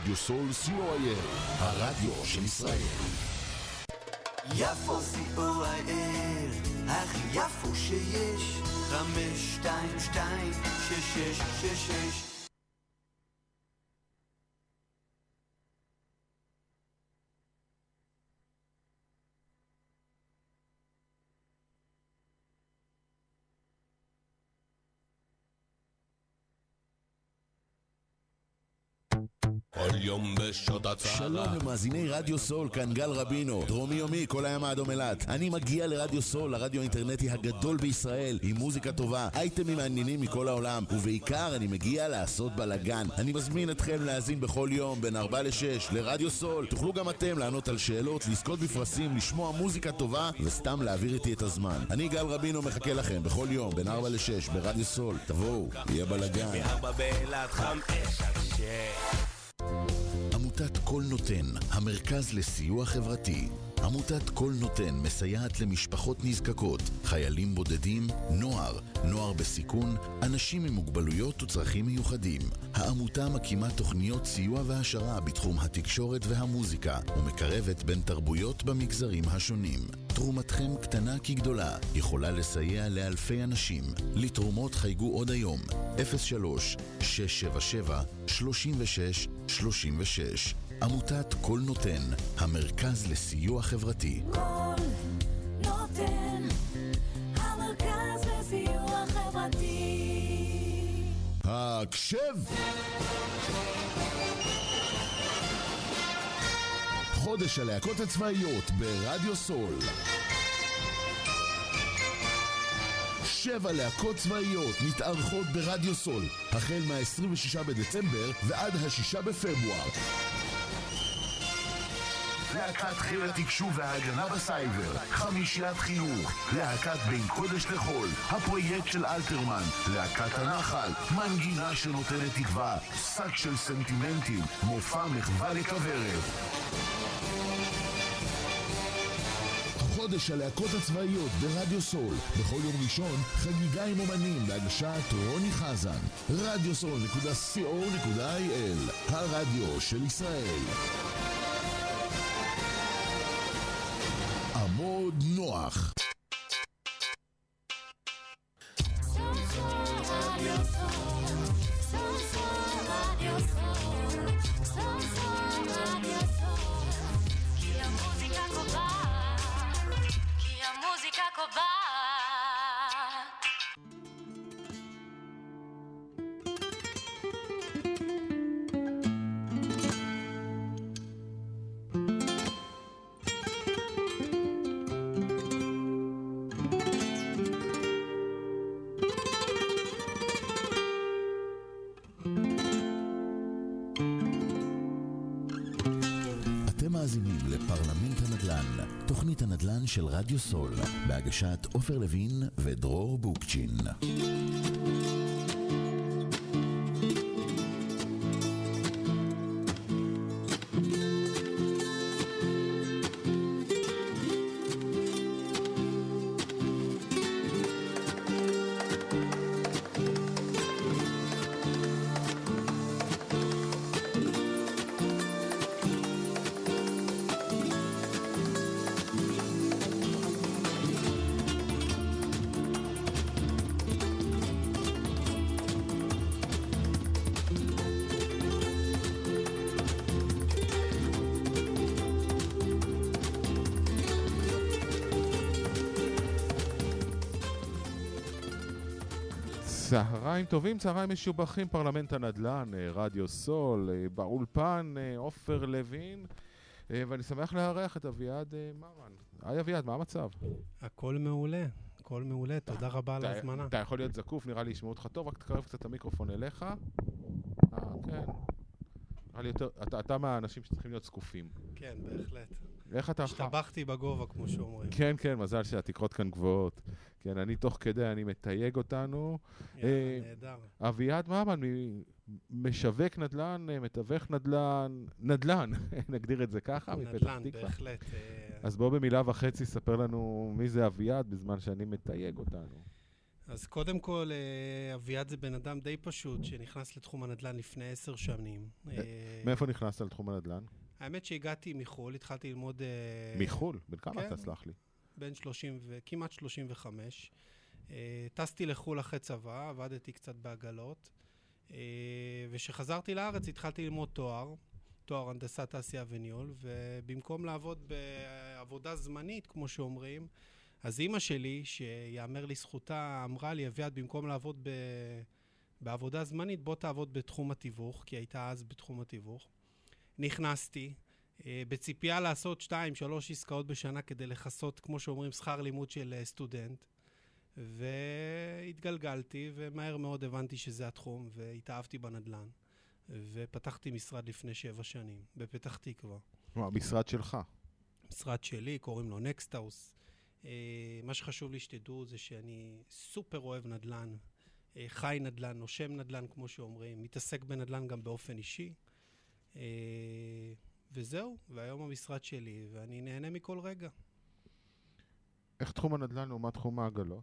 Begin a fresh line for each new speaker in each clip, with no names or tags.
רדיו סול co.il, הרדיו של ישראל.
יפו co.il, הכי יפו שיש, 522-6666.
כל יום בשעות הצהרה. שלום למאזיני רדיו סול, כאן גל רבינו, דרומי יומי, כל הים האדום אילת. אני מגיע לרדיו סול, הרדיו האינטרנטי הגדול בישראל, עם מוזיקה טובה, אייטמים מעניינים מכל העולם, ובעיקר אני מגיע לעשות בלגן. אני מזמין אתכם להאזין בכל יום בין 4 ל-6 לרדיו סול. תוכלו גם אתם לענות על שאלות, לזכות בפרסים, לשמוע מוזיקה טובה וסתם להעביר איתי את הזמן. אני גל רבינו מחכה לכם בכל יום בין 4 ל-6 ברדיו סול. תבואו, יהיה בלגן.
ב4 באילת 5-6.
עמותת כל נותן, המרכז לסיוע חברתי. עמותת כל נותן מסייעת למשפחות נזקקות, חיילים בודדים, נוער בסיכון, אנשים עם מוגבלויות וצרכים מיוחדים. העמותה מקימה תוכניות סיוע והשרה בתחום התקשורת והמוזיקה, ומקרבת בין תרבויות במגזרים השונים. תרומתכם קטנה כגדולה, יכולה לסייע לאלפי אנשים. לתרומות חייגו עוד היום, 03-677-3636. עמותת כל נותן, המרכז לסיוע חברתי.
כל נותן, המרכז לסיוע חברתי.
הקשב! חודש הלהקות הצבאיות ברדיו סול. 7 להקות צבאיות מתארחות ברדיו סול, החל מה-26 בדצמבר ועד ה-6 בפברואר. להקת חיל התקשוב וההגנה בסייבר, חמישיית חינוך, להקת בין קודש לחול, הפרויקט של אלתרמן, להקת הנחל, מנגינה שנותנת תקווה, שק של סנטימנטים, מופע מחווה לכוורת. חודש הלהקות הצבאיות ברדיו סול, בכל יום ראשון חגיגה עם אומנים בהגשת רוני חזן. רדיו סול.co.il, הרדיו של ישראל. עמוד נוח. לפרלמנט הנדל"ן, תוכנית הנדל"ן של רדיו סול, בהגשת עופר לוין ודרור בוקצ'ין.
צהריים טובים, צהריים משובחים, פרלמנט הנדל"ן, רדיו סול, באולפן, עופר לוין, ואני שמח להארח את אביעד מרן. היי אביעד, מה המצב?
הכל מעולה, הכל מעולה, תודה רבה על ההזמנה.
אתה יכול להיות זקוף, נראה לי ישמעו אותך טוב, רק תקרב קצת את המיקרופון אליך. כן. נראה לי יותר, אתה מהאנשים שצריכים להיות זקופים.
כן, בהחלט.
איך אתה...
השתבחתי בגובה, כמו שאומרים.
כן, כן, מזל שהתקרות כאן גבוהות. כן, אני תוך כדי, אני מתייג אותנו.
נהדר.
אביעד ממן, משווק נדל"ן, מתווך נדל"ן, נגדיר את זה ככה, מפתח תקווה.
נדל"ן, בהחלט.
אז בוא במילה וחצי ספר לנו מי זה אביעד, בזמן שאני מתייג אותנו.
אז קודם כל, אביעד זה בן אדם די פשוט, שנכנס לתחום הנדל"ן לפני 10 שנים.
מאיפה נכנסת לתחום הנדל"ן?
האמת שהגעתי מחול, התחלתי ללמוד...
מחול? בין כמה
כן,
אתה, סלח לי?
בין 30 וכמעט 35. טסתי לחול אחרי צבא, עבדתי קצת בעגלות, ושחזרתי לארץ התחלתי ללמוד תואר הנדסת תעשייה וניהול, ובמקום לעבוד בעבודה זמנית, כמו שאומרים, אז אמא שלי, שיאמר לזכותה, אמרה לי, אביעד, במקום לעבוד בעבודה זמנית, בוא תעבוד בתחום התיווך, כי הייתה אז בתחום התיווך. נכנסתי, בציפייה לעשות 2-3 עסקאות בשנה כדי לחסות, כמו שאומרים, שכר לימוד של סטודנט, והתגלגלתי, ומהר מאוד הבנתי שזה התחום, והתאהבתי בנדל"ן, ופתחתי משרד לפני 7 שנים, בפתח תקווה.
המשרד שלך?
משרד שלי, קוראים לו נקסטהאוס. מה שחשוב לי שתדעו זה שאני סופר אוהב נדל"ן, חי נדל"ן, נושם נדל"ן, כמו שאומרים, מתעסק בנדל"ן גם באופן אישי, וזהו, והיום המשרד שלי, ואני נהנה מכל רגע.
איך תחום הנדל"ן לעומת תחום העגלות?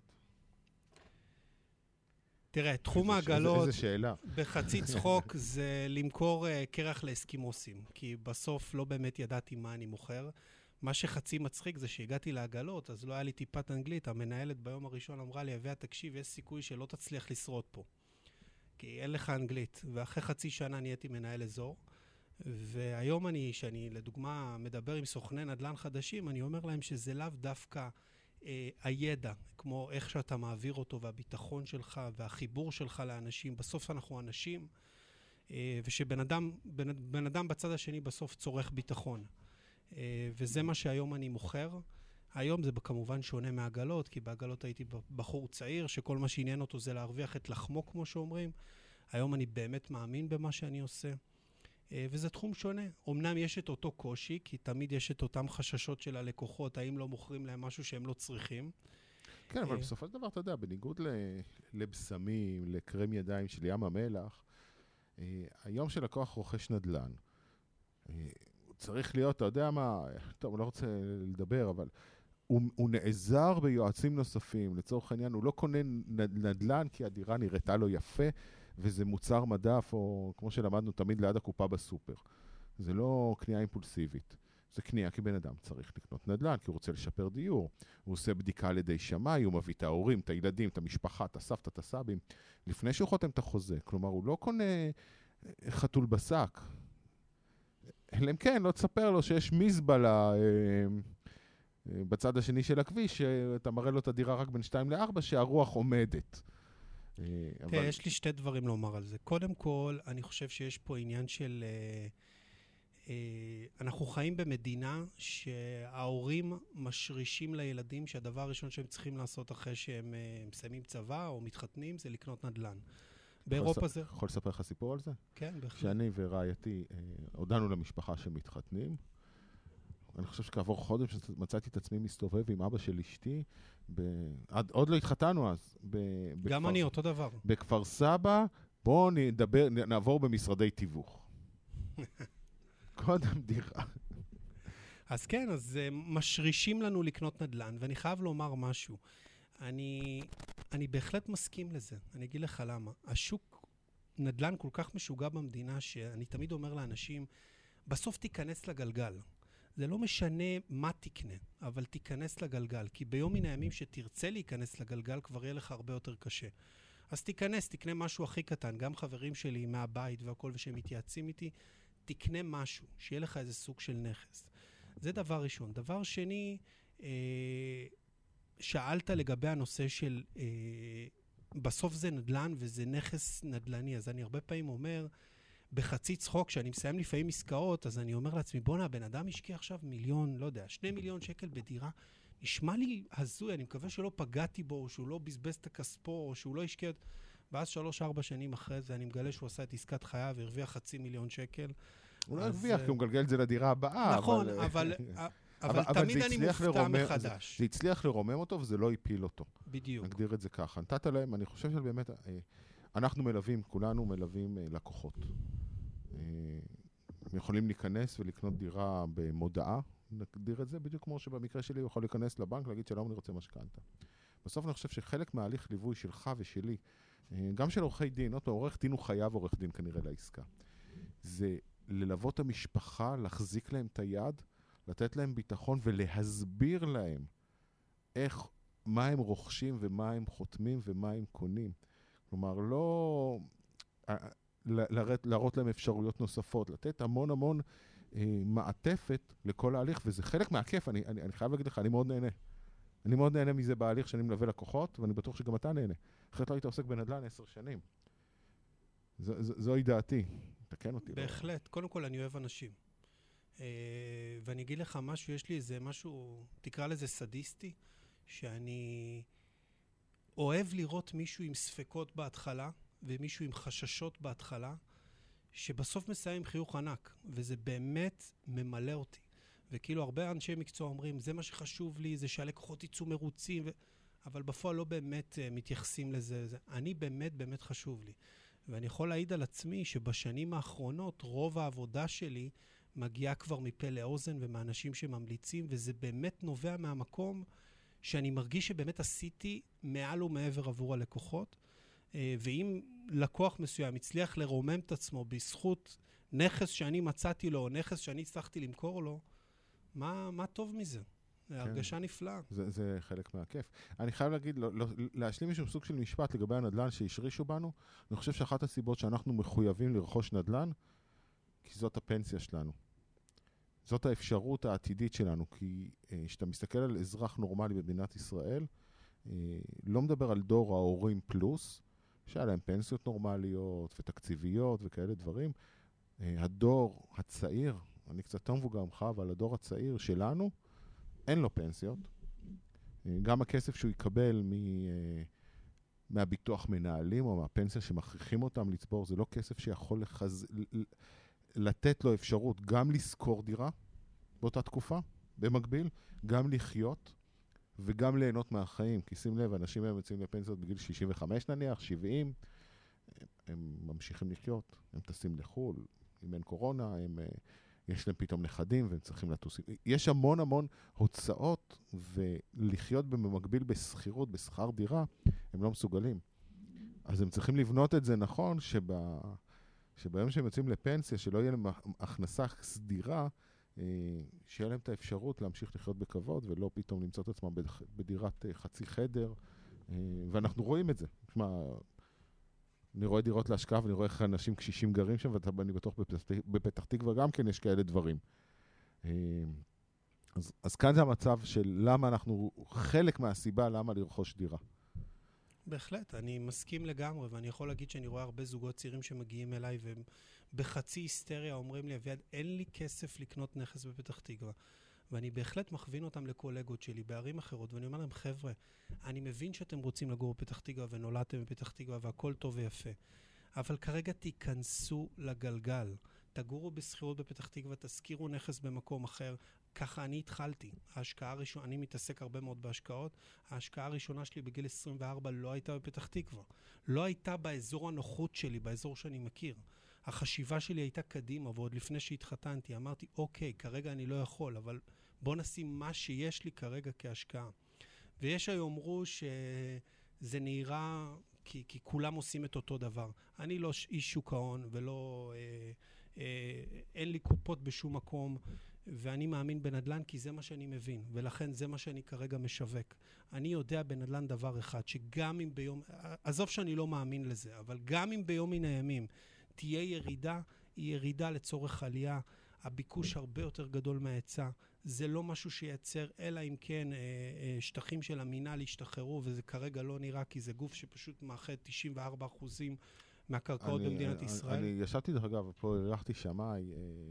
תראה, תחום העגלות,
איזה שאלה.
בחצי צחוק, זה למכור קרח לאסקימוסים, כי בסוף לא באמת ידעתי מה אני מוכר. מה שחצי מצחיק זה שהגעתי לעגלות, אז לא היה לי טיפת אנגלית. המנהלת ביום הראשון אמרה לי, אביעד, תקשיב, יש סיכוי שלא תצליח לשרוד פה, כי אין לך אנגלית. ואחרי חצי שנה נהייתי מנהל אזור, והיום שאני לדוגמה מדבר עם סוכני נדל"ן חדשים, אני אומר להם שזה לאו דווקא הידע, כמו איך שאתה מעביר אותו, והביטחון שלך, והחיבור שלך לאנשים. בסוף אנחנו אנשים, ושבן אדם בצד השני בסוף צורך ביטחון. וזה מה שהיום אני מוכר. היום זה כמובן שונה מעגלות, כי בעגלות הייתי בחור צעיר, שכל מה שעניין אותו זה להרוויח את לחמו, כמו שאומרים. היום אני באמת מאמין במה שאני עושה. וזה תחום שונה. אמנם יש את אותו קושי, כי תמיד יש את אותם חששות של הלקוחות, האם לא מוכרים להם משהו שהם לא צריכים.
כן, אבל בסופו של דבר, אתה יודע, בניגוד לבשמים, לקרם ידיים של ים המלח, היום שלקוח רוכש נדל"ן, הוא צריך להיות, אתה יודע מה, טוב, אני לא רוצה לדבר, אבל הוא נעזר ביועצים נוספים. לצורך העניין, הוא לא קונה נדל"ן כי הדירה נראתה לו יפה, וזה מוצר מדף, או כמו שלמדנו תמיד ליד הקופה בסופר. זה לא קנייה אימפולסיבית. זה קנייה כי בן אדם צריך לקנות נדל"ן, כי הוא רוצה לשפר דיור. הוא עושה בדיקה על ידי שמאי, הוא מביא את ההורים, את הילדים, את המשפחה, את הסבתא, את הסבים, לפני שהוא חותם את החוזה. כלומר, הוא לא קונה חתול בשק. אלא אם כן, לא תספר לו שיש מזבלה בצד השני של הכביש, שאתה מראה לו את הדירה רק בין 2-4, שהרוח עומדת.
כן, יש לי 2 דברים לומר על זה. קודם כל, אני חושב שיש פה עניין של... אנחנו חיים במדינה שההורים משרישים לילדים שהדבר הראשון שהם צריכים לעשות אחרי שהם מסיימים צבא או מתחתנים זה לקנות נדל"ן. באירופה זה...
יכול לספר לך סיפור על זה?
כן, בהחלט.
שאני ורעייתי הודענו למשפחה שמתחתנים. אני חושב שכעבור חודש מצאתי את עצמי מסתובב עם אבא של אשתי, עוד לא התחתנו אז.
גם אני, אותו דבר.
בכפר סבא, בואו נעבור במשרדי תיווך. קודם דירה.
אז כן, אז משרישים לנו לקנות נדל"ן, ואני חייב לומר משהו. אני בהחלט מסכים לזה. אני אגיד לך למה. השוק נדל"ן כל כך משוגע במדינה, שאני תמיד אומר לאנשים, בסוף תיכנס לגלגל. זה לא משנה מה תקנה, אבל תיכנס לגלגל, כי ביום מן הימים שתרצה להיכנס לגלגל, כבר יהיה לך הרבה יותר קשה. אז תקנה משהו הכי קטן, גם חברים שלי מהבית והכל, ושהם מתייעצים איתי, תקנה משהו, שיהיה לך איזה סוג של נכס. זה דבר ראשון. דבר שני, שאלת לגבי הנושא של, בסוף זה נדל"ן וזה נכס נדל"ני, אז אני הרבה פעמים אומר, בחצי צחוק, כשאני מסיים לפעמים עסקאות, אז אני אומר לעצמי, בונה, הבן אדם השקיע עכשיו 2 מיליון שקל בדירה, נשמע לי הזוי, אני מקווה שלא פגעתי בו, או שהוא לא בזבז את הכספו, או שהוא לא השקיע, ואז 3-4 שנים אחרי זה, אני מגלה שהוא עשה את עסקת חייו, והרוויח 500,000 שקל.
הוא לא הרוויח, כי הוא מגלגל את זה לדירה הבאה.
נכון, אבל תמיד אני מופתע מחדש.
זה הצליח לרומם אותו, וזה לא הפיל אותו.
בדיוק.
נגדיר את זה ככה. נתת להם, אני חושב שבאמת, אנחנו מלווים, כולנו מלווים לקוחות. יכולים להיכנס ולקנות דירה במודעה, נגדיר את זה, בדיוק כמו שבמקרה שלי הוא יכול להיכנס לבנק, להגיד שלום, אני רוצה משכנתה. בסוף אני חושב שחלק מההליך ליווי שלך ושלי, גם של עורכי דין, עורך דין הוא חייב עורך דין כנראה לעסקה, זה ללוות המשפחה, להחזיק להם את היד, לתת להם ביטחון ולהסביר להם מה הם רוכשים ומה הם חותמים ומה הם קונים. כלומר, לא להראות להם אפשרויות נוספות, לתת המון מעטפת לכל ההליך, וזה חלק מהכיף. אני חייב להגיד לך, אני מאוד נהנה. אני מאוד נהנה מזה בהליך שאני מלווה לקוחות, ואני בטוח שגם אתה נהנה. אחרת לא היית עוסק בנדל"ן 10 שנים. זוהי דעתי. תקן אותי.
בהחלט. קודם כל, אני אוהב אנשים. ואני אגיד לך משהו, יש לי איזה משהו, תקרא לזה סדיסטי, שאני אוהב לראות מישהו עם ספקות בהתחלה, ומישהו עם חששות בהתחלה, שבסוף מסיים עם חיוך ענק, וזה באמת ממלא אותי. וכאילו הרבה אנשי מקצוע אומרים, זה מה שחשוב לי, זה שהלקוחות יצאו מרוצים, אבל בפועל לא באמת מתייחסים לזה. אני באמת חשוב לי. ואני יכול להעיד על עצמי שבשנים האחרונות רוב העבודה שלי מגיעה כבר מפה לאוזן ומאנשים שממליצים, וזה באמת נובע מהמקום שאני מרגיש שבאמת עשיתי מעל ומעבר עבור הלקוחות, ואם לקוח מסוים הצליח לרומם את עצמו בזכות נכס שאני מצאתי לו, או נכס שאני הצלחתי למכור לו, מה טוב מזה? הרגשה נפלאה.
זה חלק מהכיף. אני חייב להגיד, להשלים משום סוג של משפט לגבי הנדל"ן שהשרישו בנו, אני חושב שאחת הסיבות שאנחנו מחויבים לרכוש נדל"ן, כי זאת הפנסיה שלנו. זאת האפשרות העתידית שלנו, כי כשאתה מסתכל על אזרח נורמלי במדינת ישראל, לא מדבר על דור ההורים פלוס, שהיה להם פנסיות נורמליות ותקציביות וכאלה דברים. הדור הצעיר, אני קצת מבוגר ממך, אבל הדור הצעיר שלנו, אין לו פנסיות. גם הכסף שהוא יקבל מהביטוח מנהלים או מהפנסיה שמכריחים אותם לצבור, זה לא כסף שיכול לתת לו אפשרות גם לשכור דירה באותה תקופה, במקביל, גם לחיות וגם ליהנות מהחיים. כי שים לב, אנשים הם יוצאים לפנסיות בגיל 65 נניח, 70, הם ממשיכים לחיות, הם טסים לחול, אם אין קורונה, יש להם פתאום נכדים והם צריכים לטוס. יש המון הוצאות, ולחיות במקביל בסחירות, בשכר דירה, הם לא מסוגלים. אז הם צריכים לבנות את זה נכון, שביום שהם יוצאים לפנסיה, שלא יהיה להם הכנסה סדירה, שיהיה להם את האפשרות להמשיך לחיות בכבוד, ולא פתאום למצוא את עצמם בדירת חצי חדר, ואנחנו רואים את זה. תשמע, אני רואה דירות להשקעה, ואני רואה איך אנשים קשישים גרים שם, ואני בטוח בפתח תקווה גם כן יש כאלה דברים. אז כאן זה המצב של למה אנחנו, חלק מהסיבה למה לרכוש דירה.
בהחלט, אני מסכים לגמרי, ואני יכול להגיד שאני רואה הרבה זוגות צעירים שמגיעים אליי, והם בחצי היסטריה אומרים לי, אביעד, אין לי כסף לקנות נכס בפתח תקווה. ואני בהחלט מכווין אותם לקולגות שלי בערים אחרות, ואני אומר להם, חבר'ה, אני מבין שאתם רוצים לגור בפתח תקווה, ונולדתם בפתח תקווה, והכל טוב ויפה. אבל כרגע תיכנסו לגלגל. תגורו בסחירות בפתח תקווה, תזכירו נכס במקום אחר. ככה אני התחלתי. ההשקעה הראשונה, אני מתעסק הרבה מאוד בהשקעות. ההשקעה הראשונה שלי בגיל 24 לא הייתה בפתח תקווה. לא הייתה באזור הנוחות שלי, באזור שאני מכיר. החשיבה שלי הייתה קדימה, ועוד לפני שהתחתנתי, אמרתי, אוקיי, כרגע אני לא יכול, אבל בוא נשים מה שיש לי כרגע כהשקעה. ויש היאמרו שזה נראה, כי כולם עושים את אותו דבר. אני לא איש שוק ההון, ולא, אין לי קופות בשום מקום, ואני מאמין בנדל"ן כי זה מה שאני מבין, ולכן זה מה שאני כרגע משווק. אני יודע בנדל"ן דבר אחד, שגם אם ביום, עזוב שאני לא מאמין לזה, אבל גם אם ביום מן הימים תהיה ירידה, היא ירידה לצורך עלייה, הביקוש הרבה יותר גדול מההיצע, זה לא משהו שייצר, אלא אם כן שטחים של המינהל ישתחררו, וזה כרגע לא נראה, כי זה גוף שפשוט מאחד 94% מהקרקעות במדינת ישראל.
אני ישבתי דרך אגב, פה הלכתי שמאי,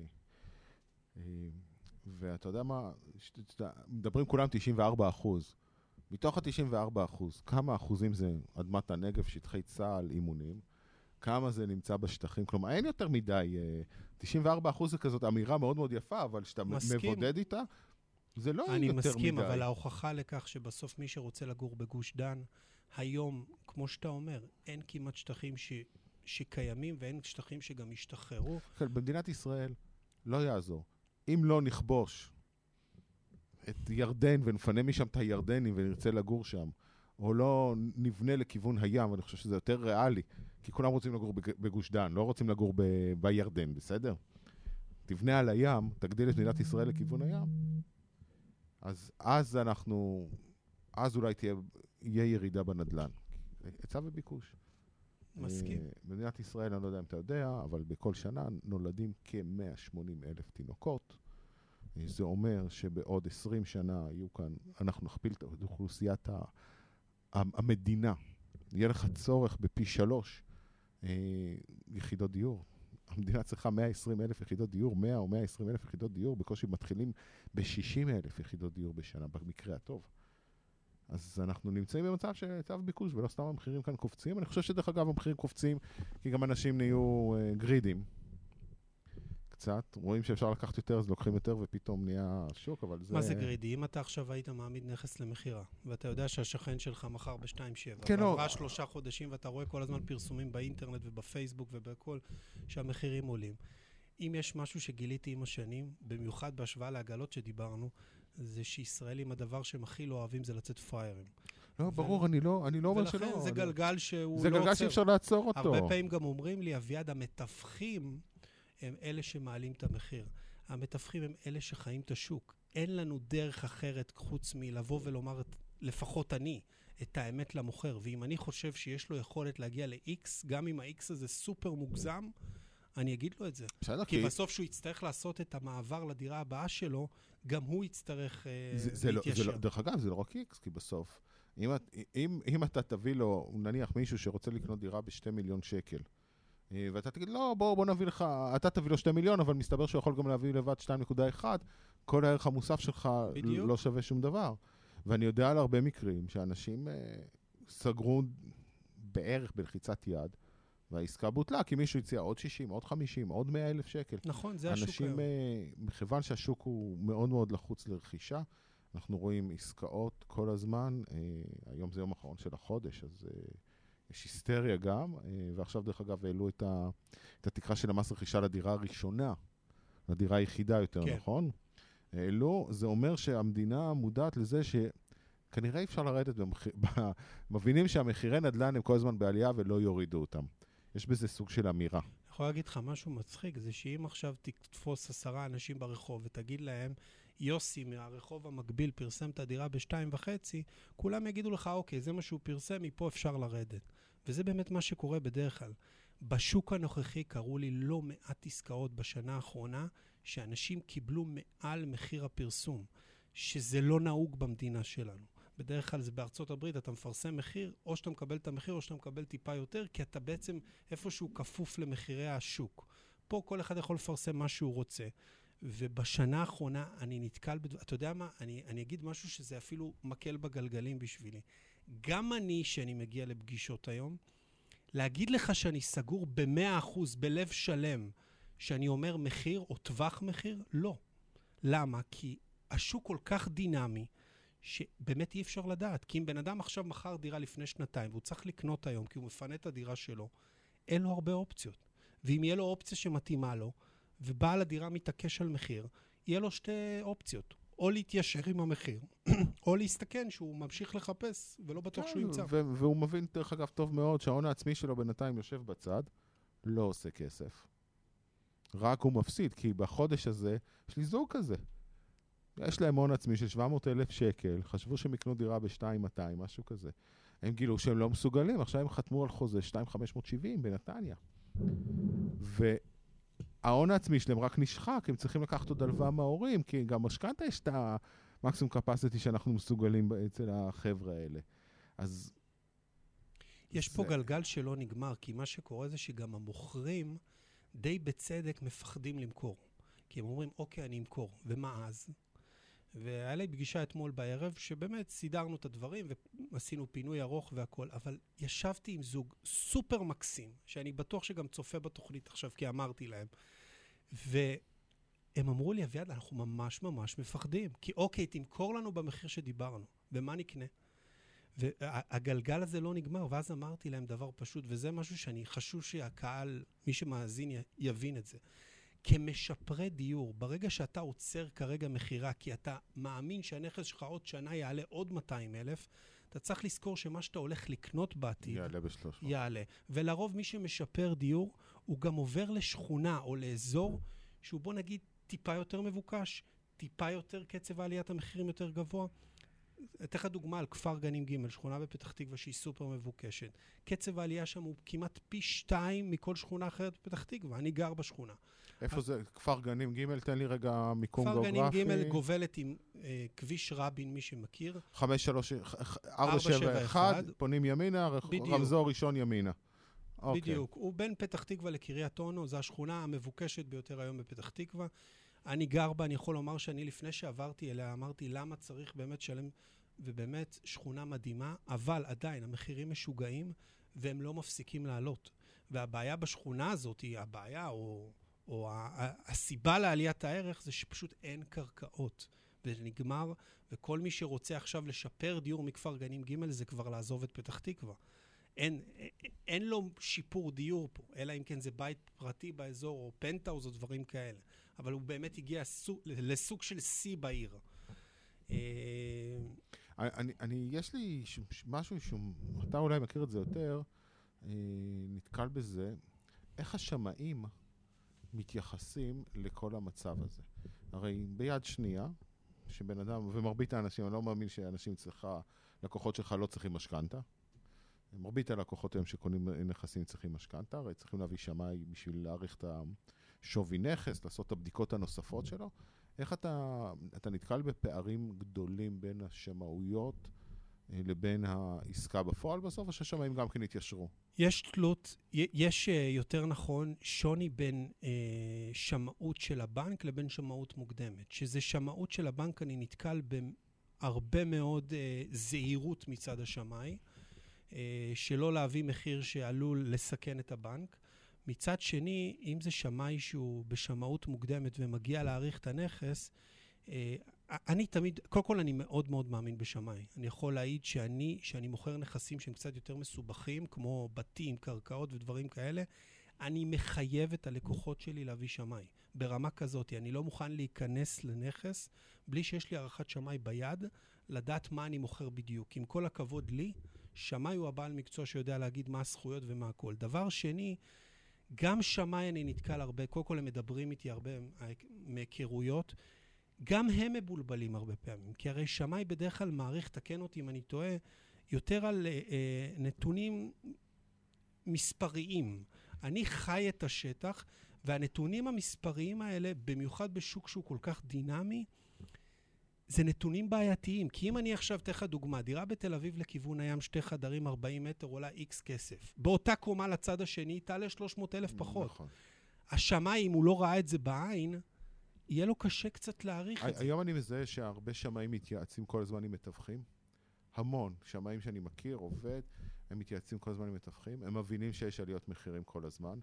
ואתה יודע מה, מדברים כולם 94%. מתוך ה-94%, כמה אחוזים זה אדמת הנגב, שטחי צה"ל, אימונים, כמה זה נמצא בשטחים, כלומר אין יותר מדי, 94% זה כזאת אמירה מאוד מאוד יפה, אבל שאתה מבודד איתה, זה לא יותר מדי.
אני מסכים, אבל ההוכחה לכך שבסוף מי שרוצה לגור בגוש דן, היום, כמו שאתה אומר, אין כמעט שטחים שקיימים, ואין שטחים שגם ישתחררו.
במדינת ישראל לא יעזור. אם לא נכבוש את ירדן ונפנה משם את הירדנים ונרצה לגור שם, או לא נבנה לכיוון הים, ואני חושב שזה יותר ריאלי, כי כולם רוצים לגור בגוש דן, לא רוצים לגור בירדן, בסדר? תבנה על הים, תגדיל את מדינת ישראל לכיוון הים, אז אולי יהיה ירידה בנדלן. היצע וביקוש.
מסכים.
במדינת ישראל, אני לא יודע אם אתה יודע, אבל בכל שנה נולדים כ-180,000 תינוקות. זה אומר שבעוד 20 שנה יהיו כאן, אנחנו נכפיל את אוכלוסיית המדינה. יהיה לך צורך בפי 3 יחידות דיור. המדינה צריכה 120,000 יחידות דיור, 100 או 120,000 יחידות דיור, בקושי מתחילים ב-60,000 יחידות דיור בשנה, במקרה הטוב. אז אנחנו נמצאים במצב שהיצע וביקוש, ולא סתם המחירים כאן קופצים. אני חושב שדרך אגב המחירים קופצים, כי גם אנשים נהיו גרידים. קצת, רואים שאפשר לקחת יותר, אז לוקחים יותר, ופתאום נהיה שוק, אבל זה...
מה זה גרידי? אם אתה עכשיו היית מעמיד נכס למחירה, ואתה יודע שהשכן שלך מחר ב-2.7,
כן,
ועברה 3 חודשים, ואתה רואה כל הזמן פרסומים באינטרנט ובפייסבוק ובכל, שהמחירים עולים. אם יש משהו שגיליתי עם השנים, במיוחד בהשוואה לעגלות שדיברנו, זה שישראלים הדבר שהם הכי לא אוהבים זה לצאת פריירים.
לא, ברור, אני לא אומר שלא.
ולכן זה גלגל שהוא לא עוצר.
זה גלגל שאי אפשר לעצור אותו.
הרבה פעמים גם אומרים לי, אביעד, המתווכים הם אלה שמעלים את המחיר. המתווכים הם אלה שחיים את השוק. אין לנו דרך אחרת חוץ מלבוא ולומר, לפחות אני, את האמת למוכר. ואם אני חושב שיש לו יכולת להגיע ל-X, גם אם ה-X הזה סופר מוגזם, אני אגיד לו את זה. כי בסוף שהוא יצטרך לעשות את המעבר לדירה הבאה שלו, גם הוא יצטרך להתיישר.
דרך אגב, זה לא רק X, כי בסוף, אם אתה תביא לו, נניח מישהו שרוצה לקנות דירה ב2 מיליון שקל, ואתה תגיד, לא, בוא נביא לך, אתה תביא לו 2 מיליון, אבל מסתבר שהוא יכול גם להביא לבד 2.1, כל הערך המוסף שלך בדיוק. לא שווה שום דבר. ואני יודע על הרבה מקרים שאנשים סגרו בערך בלחיצת יד, והעסקה בוטלה, כי מישהו הציע עוד 60, עוד 50, עוד 100,000 שקל.
נכון, זה השוק היום.
אנשים, מכיוון שהשוק הוא מאוד מאוד לחוץ לרכישה, אנחנו רואים עסקאות כל הזמן, היום זה יום האחרון של החודש, אז יש היסטריה גם, ועכשיו דרך אגב העלו את התקרה של המס רכישה לדירה הראשונה, לדירה היחידה יותר, כן. נכון? העלו, זה אומר שהמדינה מודעת לזה שכנראה אי אפשר לרדת, מבינים שהמחירי נדל"ן הם כל הזמן בעלייה ולא יורידו אותם. יש בזה סוג של אמירה.
אני יכול להגיד לך משהו מצחיק, זה שאם עכשיו תתפוס 10 אנשים ברחוב ותגיד להם, יוסי מהרחוב המקביל פרסם את הדירה ב2.5, כולם יגידו לך, אוקיי, זה מה שהוא פרסם, מפה אפשר לרדת. וזה באמת מה שקורה בדרך כלל. בשוק הנוכחי קראו לי לא מעט עסקאות בשנה האחרונה, שאנשים קיבלו מעל מחיר הפרסום, שזה לא נהוג במדינה שלנו. בדרך כלל זה בארצות הברית, אתה מפרסם מחיר, או שאתה מקבל את המחיר, או שאתה מקבל טיפה יותר, כי אתה בעצם איפשהו כפוף למחירי השוק. פה כל אחד יכול לפרסם מה שהוא רוצה. ובשנה האחרונה אני נתקל, אתה יודע מה? אני אגיד משהו שזה אפילו מקל בגלגלים בשבילי. גם אני, שאני מגיע לפגישות היום, להגיד לך שאני סגור ב100%, בלב שלם, שאני אומר מחיר או טווח מחיר? לא. למה? כי השוק כל כך דינמי, שבאמת אי אפשר לדעת. כי אם בן אדם עכשיו מכר דירה לפני 2 והוא צריך לקנות היום, כי הוא מפנה את הדירה שלו, אין לו הרבה אופציות. ואם יהיה לו אופציה שמתאימה לו, ובעל הדירה מתעקש על מחיר, יהיה לו 2 אופציות. או להתיישר עם המחיר, או להסתכן שהוא ממשיך לחפש, ולא בטוח שהוא ימצא.
והוא מבין, דרך אגב, טוב מאוד, שההון העצמי שלו בינתיים יושב בצד, לא עושה כסף. רק הוא מפסיד, כי בחודש הזה, יש לי זוג כזה. יש להם הון עצמי של 700,000 שקל, חשבו שהם יקנו דירה ב-2,200, משהו כזה. הם גילו שהם לא מסוגלים, עכשיו הם חתמו על חוזה 2,570 בנתניה. וההון העצמי שלהם רק נשחק, הם צריכים לקחת עוד הלוואה מההורים, כי גם משכנתא יש את המקסימום קפסיטי שאנחנו מסוגלים אצל החבר'ה האלה. אז...
יש פה גלגל שלא נגמר, כי מה שקורה זה שגם המוכרים די בצדק מפחדים למכור. כי הם אומרים, אוקיי, אני אמכור. ומה אז? והיה לי פגישה אתמול בערב, שבאמת סידרנו את הדברים, ועשינו פינוי ארוך והכל, אבל ישבתי עם זוג סופר מקסים, שאני בטוח שגם צופה בתוכנית עכשיו, כי אמרתי להם, והם אמרו לי, אביעד, אנחנו ממש ממש מפחדים, כי אוקיי, תמכור לנו במחיר שדיברנו, ומה נקנה? והגלגל הזה לא נגמר, ואז אמרתי להם דבר פשוט, וזה משהו שאני חשוב שהקהל, מי שמאזין יבין את זה. כמשפרי דיור, ברגע שאתה עוצר כרגע מחירה, כי אתה מאמין שהנכס שלך עוד שנה יעלה עוד 200,000, אתה צריך לזכור שמה שאתה הולך לקנות בעתיד,
יעלה ב-300.
יעלה. ולרוב מי שמשפר דיור, הוא גם עובר לשכונה או לאזור, שהוא בוא נגיד טיפה יותר מבוקש, טיפה יותר קצב עליית המחירים יותר גבוה. אתן לך דוגמה על כפר גנים ג', שכונה בפתח תקווה שהיא סופר מבוקשת. קצב העלייה שם הוא כמעט פי 2 מכל שכונה אחרת בפתח תקווה. אני גר בשכונה.
איפה זה? כפר גנים ג', תן לי רגע מיקום
כפר
גיאוגרפי.
גנים ג' גובלת עם כביש רבין, מי שמכיר.
471, פונים ימינה, רמזור ראשון ימינה.
בדיוק. הוא בין פתח תקווה לקריית אונו, זו השכונה המבוקשת ביותר היום בפתח תקווה. אני גר בה, אני יכול לומר שאני לפני שעברתי אליה, אמרתי למה צריך באמת שלם, ובאמת שכונה מדהימה, אבל עדיין המחירים משוגעים, והם לא מפסיקים לעלות. והבעיה בשכונה הזאת, היא הבעיה, או הסיבה לעליית הערך, זה שפשוט אין קרקעות. וזה נגמר, וכל מי שרוצה עכשיו לשפר דיור מכפר גנים ג' זה כבר לעזוב את פתח תקווה. אין לו שיפור דיור פה, אלא אם כן זה בית פרטי באזור, או פנטאוז, או דברים כאלה. אבל הוא באמת הגיע לסוג של C בעיר.
יש לי משהו שאתה אולי מכיר את זה יותר, נתקל בזה, איך השמאים מתייחסים לכל המצב הזה. הרי ביד שנייה, שבן אדם, ומרבית האנשים, אני לא מאמין שאנשים לקוחות שלך לא צריכים משכנתה. מרבית הלקוחות היום שקונים נכסים צריכים משכנתה, הרי צריכים להביא שמאי בשביל להעריך את השווי נכס, לעשות את הבדיקות הנוספות שלו. איך אתה נתקל בפערים גדולים בין השמאויות לבין העסקה בפועל בסוף, או שהשמאים גם כן התיישרו?
יש תלות, יש יותר נכון שוני בין שמאות של הבנק לבין שמאות מוקדמת. שזה שמאות של הבנק, אני נתקל בהרבה מאוד זהירות מצד השמאי, שלא להביא מחיר שעלול לסכן את הבנק. מצד שני, אם זה שמאי שהוא בשמאות מוקדמת ומגיע להעריך את הנכס, אני תמיד, קודם כל אני מאוד מאוד מאמין בשמאי. אני יכול להעיד שאני מוכר נכסים שהם קצת יותר מסובכים, כמו בתים, קרקעות ודברים כאלה, אני מחייב את הלקוחות שלי להביא שמאי. ברמה כזאת, אני לא מוכן להיכנס לנכס, בלי שיש לי הערכת שמאי ביד, לדעת מה אני מוכר בדיוק. עם כל הכבוד לי, שמאי הוא הבעל מקצוע שיודע להגיד מה הזכויות ומה הכל. דבר שני, גם שמאי אני נתקל הרבה, קודם כל הם מדברים איתי הרבה מהיכרויות, גם הם מבולבלים הרבה פעמים, כי הרי שמאי בדרך כלל מעריך, תקן אותי אם אני טועה, יותר על נתונים מספריים. אני חי את השטח, והנתונים המספריים האלה, במיוחד בשוק שהוא כל כך דינמי, זה נתונים בעייתיים. כי אם אני עכשיו אתן לך דוגמה, דירה בתל אביב לכיוון הים, 2 חדרים, 40 מטר, עולה X כסף. באותה קומה לצד השני, תעלה 300,000 פחות.
נכון.
השמאי, אם הוא לא ראה את זה בעין, יהיה לו קשה קצת להעריך את זה.
היום אני מזהה שהרבה שמאים מתייעצים כל הזמן עם מתווכים. המון שמאים שאני מכיר, עובד, הם מתייעצים כל הזמן עם מתווכים. הם מבינים שיש עליות מחירים כל הזמן.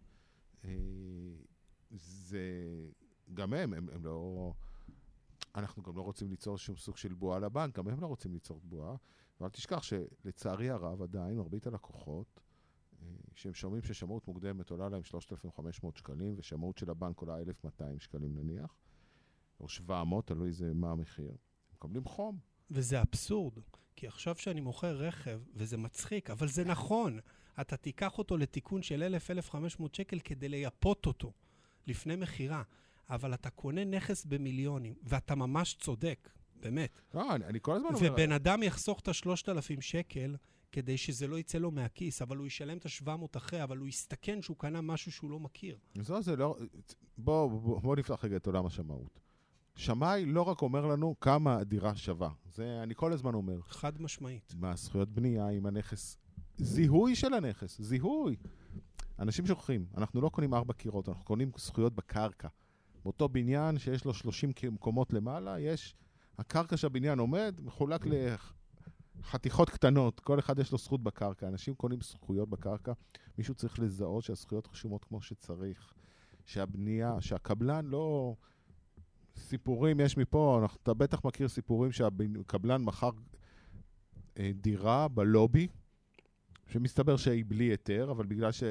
זה גם הם לא... אנחנו גם לא רוצים ליצור שום סוג של בועה לבנק, גם הם לא רוצים ליצור בועה. אבל תשכח שלצערי הרב עדיין, מרבית הלקוחות, שהם שומעים ששמאות מוקדמת עולה להם 3,500 שקלים, ושמאות של הבנק עולה 1,200 שקלים נניח, או 700, תלוי מה המחיר. הם מקבלים חום.
וזה אבסורד, כי עכשיו שאני מוכר רכב, וזה מצחיק, אבל זה נכון. אתה תיקח אותו לתיקון של 1,000-1,500 שקל כדי לייפות אותו לפני מחירה. אבל אתה קונה נכס במיליונים, ואתה ממש צודק, באמת.
לא, אני כל הזמן אומר...
ובן אדם יחסוך את ה3,000 שקל, כדי שזה לא יצא לו מהכיס, אבל הוא ישלם את ה700 אחרי, אבל הוא יסתכן שהוא קנה משהו שהוא לא מכיר.
זה לא... בוא נפתח רגע את עולם השמאות. שמאי לא רק אומר לנו כמה הדירה שווה. זה אני כל הזמן אומר.
חד משמעית.
מה הזכויות בנייה עם הנכס? זיהוי של הנכס, זיהוי. אנשים שוכחים, אנחנו לא קונים 4 קירות, אנחנו קונים זכויות בקרקע. באותו בניין שיש לו 30 מקומות למעלה, יש, הקרקע שהבניין עומד, מחולק לחתיכות קטנות, כל אחד יש לו זכות בקרקע, אנשים קונים זכויות בקרקע, מישהו צריך לזהות שהזכויות חשומות כמו שצריך, שהבנייה, שהקבלן לא... סיפורים יש מפה, אתה בטח מכיר סיפורים שהקבלן מכר דירה בלובי, שמסתבר שהיא בלי היתר, אבל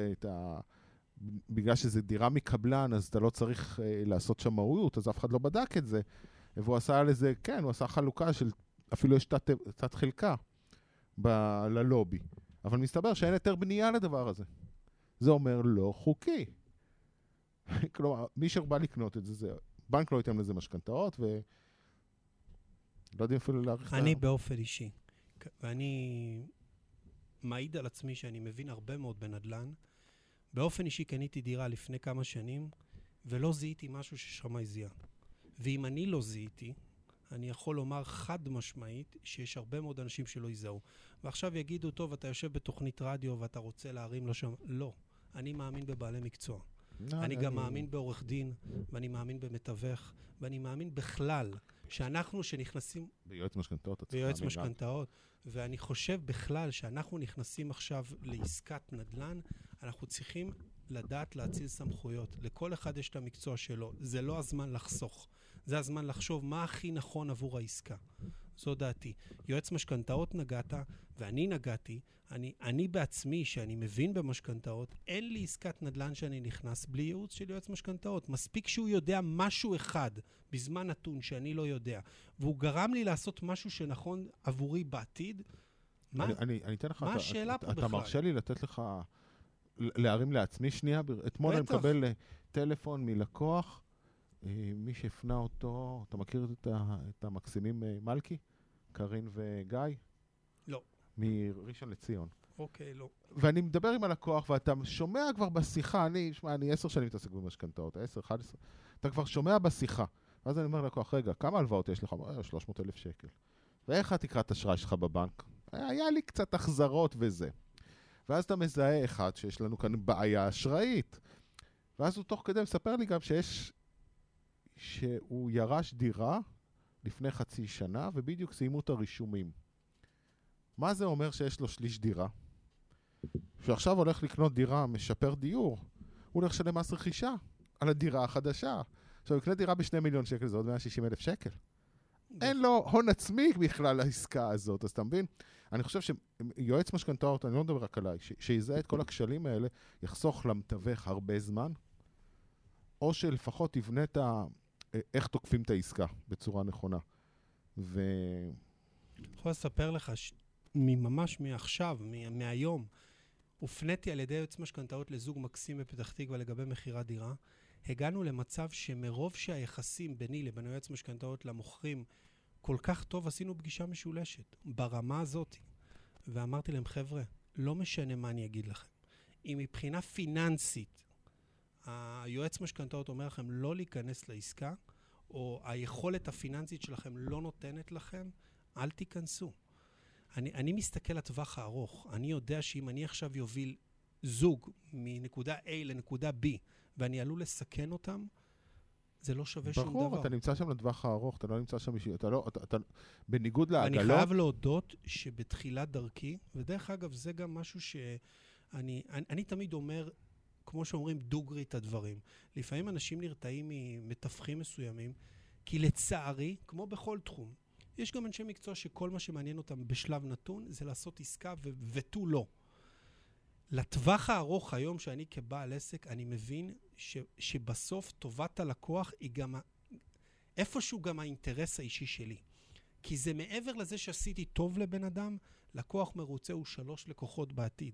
בגלל שזה דירה מקבלן, אז אתה לא צריך לעשות שמאות, אז אף אחד לא בדק את זה. והוא עשה לזה, כן, הוא עשה חלוקה של, אפילו יש תת חלקה. ללובי. אבל מסתבר שאין יותר בנייה לדבר הזה. זה אומר לא חוקי. כלומר, מי שבא לקנות את זה, בנק לא ייתן לזה משכנתאות, ולא יודעים אפילו להעריך.
אני באופן אישי, ואני מעיד על עצמי שאני מבין הרבה מאוד בנדלן. באופן אישי קניתי דירה לפני כמה שנים, ולא זיהיתי משהו ששמאי זיהה. ואם אני לא זיהיתי, אני יכול לומר חד משמעית שיש הרבה מאוד אנשים שלא יזהו. ועכשיו יגידו, טוב, אתה יושב בתוכנית רדיו ואתה רוצה להרים לו שם. לא. אני מאמין בבעלי מקצוע. אני גם מאמין בעורך דין, ואני מאמין במתווך, ואני מאמין בכלל שאנחנו שנכנסים...
ביועץ משכנתאות.
ביועץ משכנתאות. ואני חושב בכלל שאנחנו נכנסים עכשיו לעסקת נדל"ן, אנחנו צריכים לדעת להציל סמכויות. לכל אחד יש את המקצוע שלו. זה לא הזמן לחסוך. זה הזמן לחשוב מה הכי נכון עבור העסקה. זו דעתי. יועץ משכנתאות נגעת, ואני נגעתי. אני בעצמי, שאני מבין במשכנתאות, אין לי עסקת נדל"ן שאני נכנס בלי ייעוץ של יועץ משכנתאות. מספיק שהוא יודע משהו אחד בזמן נתון שאני לא יודע, והוא גרם לי לעשות משהו שנכון עבורי בעתיד.
אני אתן לך,
מה השאלה פה בכלל?
אתה מרשה לי לתת לך, להרים לעצמי שנייה? אתמול אני מקבל טלפון מלקוח, מי שהפנה אותו, אתה מכיר את המקסימים מלכי? קרין וגיא?
לא.
מראשון לציון.
אוקיי, לא.
ואני מדבר עם הלקוח, ואתה שומע כבר בשיחה, אני 10 שנים מתעסק במשכנתאות, 10, 11, אתה כבר שומע בשיחה. ואז אני אומר ללקוח, רגע, כמה הלוואות יש לך? 300,000 שקל. ואיך התקרת אשראי שלך בבנק? היה לי קצת החזרות וזה. ואז אתה מזהה אחד שיש לנו כאן בעיה אשראית. ואז הוא תוך כדי מספר לי גם שהוא ירש דירה לפני חצי שנה, ובדיוק סיימו את הרישומים. מה זה אומר שיש לו שליש דירה? שעכשיו הולך לקנות דירה, משפר דיור, הוא הולך לשלם מס רכישה על הדירה החדשה. עכשיו, הוא יקנה דירה ב2 מיליון שקל, זה עוד 160,000 שקל. אין לו הון עצמי בכלל לעסקה הזאת, אז אתה מבין? אני חושב שיועץ משכנתאות, אני לא מדבר רק עליי, שיזהה את כל הכשלים האלה, יחסוך למתווך הרבה זמן, או שלפחות תבנה איך תוקפים את העסקה בצורה נכונה.
אני יכול לספר לך ממש מעכשיו, מהיום, הופניתי על ידי יועץ משכנתאות לזוג מקסים בפתח תקווה לגבי מחירת דירה. הגענו למצב שמרוב שהיחסים ביני לבין יועץ משכנתאות למוכרים כל כך טוב, עשינו פגישה משולשת ברמה הזאת. ואמרתי להם, חבר'ה, לא משנה מה אני אגיד לכם. אם מבחינה פיננסית היועץ משכנתאות אומר לכם לא להיכנס לעסקה, או היכולת הפיננסית שלכם לא נותנת לכם, אל תיכנסו. אני מסתכל לטווח הארוך. אני יודע שאם אני עכשיו יוביל זוג מנקודה A לנקודה B, ואני עלול לסכן אותם, זה לא שווה שום דבר.
ברור, אתה נמצא שם לטווח הארוך, אתה לא נמצא שם אתה בניגוד לעגלות.
אני חייב להודות שבתחילת דרכי, ודרך אגב זה גם משהו שאני תמיד אומר, כמו שאומרים, דוגרי את הדברים. לפעמים אנשים נרתעים ממתווכים מסוימים, כי לצערי, כמו בכל תחום, יש גם אנשי מקצוע שכל מה שמעניין אותם בשלב נתון, זה לעשות עסקה ותו לא. לטווח הארוך היום שאני כבעל עסק, אני מבין שבסוף טובת הלקוח היא גם, איפשהו גם האינטרס האישי שלי. כי זה מעבר לזה שעשיתי טוב לבן אדם, לקוח מרוצה הוא 3 לקוחות בעתיד.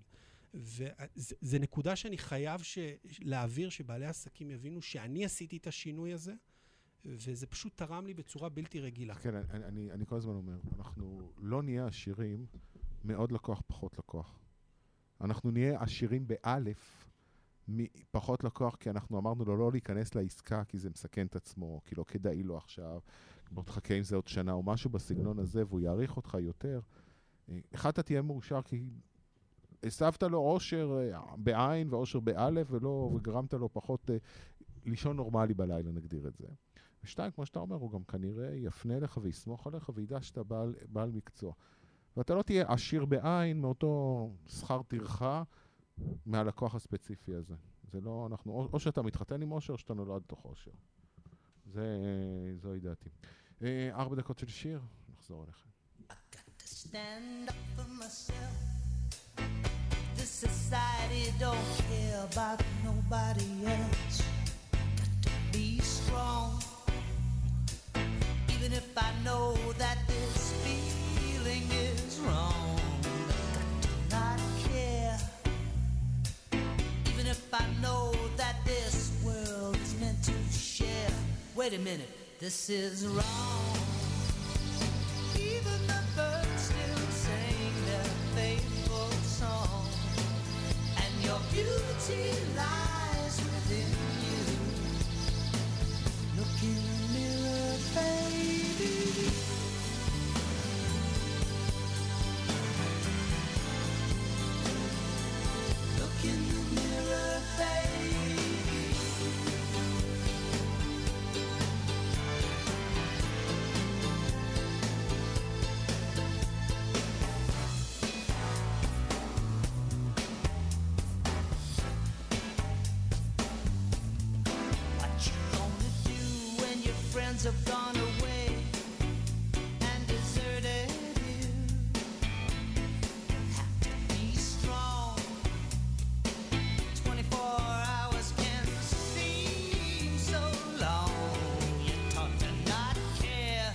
וזה נקודה שאני חייב להעביר, שבעלי עסקים יבינו שאני עשיתי את השינוי הזה, וזה פשוט תרם לי בצורה בלתי רגילה.
כן, אני כל הזמן אומר, אנחנו לא נהיה עשירים מאוד לקוח, פחות לקוח. אנחנו נהיה עשירים באלף, פחות לקוח, כי אנחנו אמרנו לו לא להיכנס לעסקה, כי זה מסכן את עצמו, כי לא כדאי לו עכשיו, בוא תחכה עם זה עוד שנה, או משהו בסגנון הזה, והוא יעריך אותך יותר. אחד אתה תהיה מאושר, כי הסבת לו עושר בעין ועושר באלף, וגרמת לו פחות לישון נורמלי בלילה, נגדיר את זה. ושתיים, כמו שאתה אומר, הוא גם כנראה יפנה לך ויסמוך עליך, וידע שאתה בעל מקצוע. ואתה לא תהיה עשיר בעין מאותו שכר טרחה מהלקוח הספציפי הזה. זה לא, או שאתה מתחתן עם עושר, או שאתה נולד תוך עושר. זוהי דעתי. 4 דקות של שיר, נחזור אליכם.
I got to stand up for myself. This society don't care about nobody else. Got to be strong. Even if I know that this feeling is wrong. Wait a minute, this is wrong. Even the birds still sing their faithful song, and your beauty lies within you. Look in the mirror, baby. Look in the mirror, baby. Have gone away and deserted you. Have to be strong. 24 hours can seem so long. You're taught to not care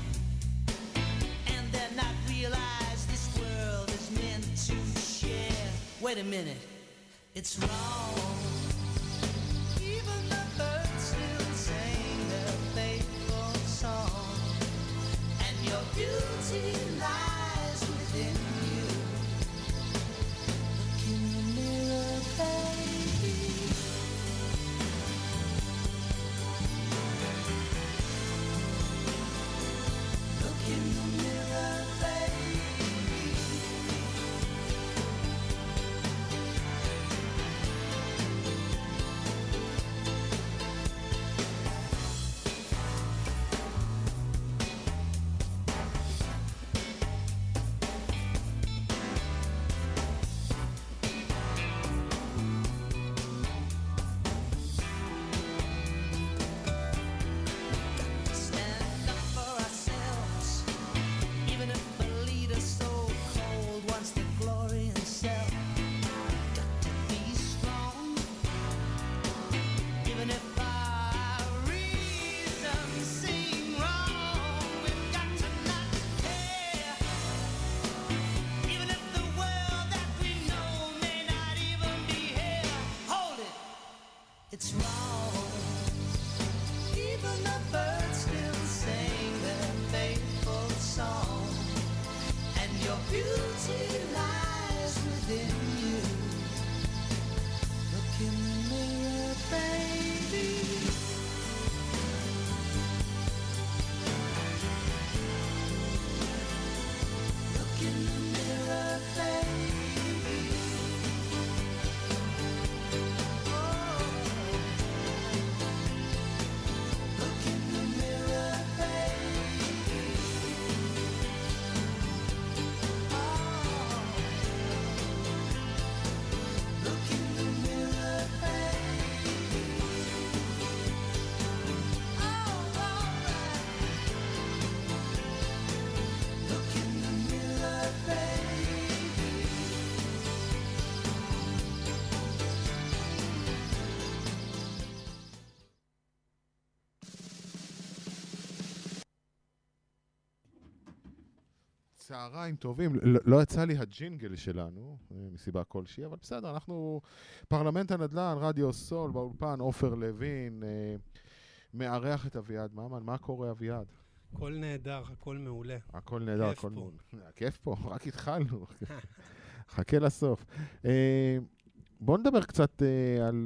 and then not realize this world is meant to share. Wait a minute, it's wrong. Even the birds still sing their faithful song, and your beauty lies within you. Look in the mirror, baby. Look in the mirror, baby. Stand up for ourselves, even if the leader's so cold, wants the glory himself. Got to be strong, even if our reasons seem wrong. We've got to not care, even if the world that we know may not even be here. Hold it, it's wrong. Even the birds still sing their faithful song, and your beauty lies within you. Look in the mirror, baby. Look in the mirror, baby. Oh. Look in the mirror, baby. Oh. Look in the mirror, baby. Oh, all right. Look in the mirror, baby.
צהריים טובים, לא יצא לי הג'ינגל שלנו, מסיבה כלשהי, אבל בסדר, אנחנו פרלמנט הנדל"ן, רדיו סול, באולפן, עופר לוין, מארח את אביעד ממן. מה קורה, אביעד?
הכל נהדר, הכל מעולה.
הכל נהדר,
כיף
הכל
פה.
מעולה. כיף פה, רק התחלנו. חכה לסוף. בואו נדבר קצת על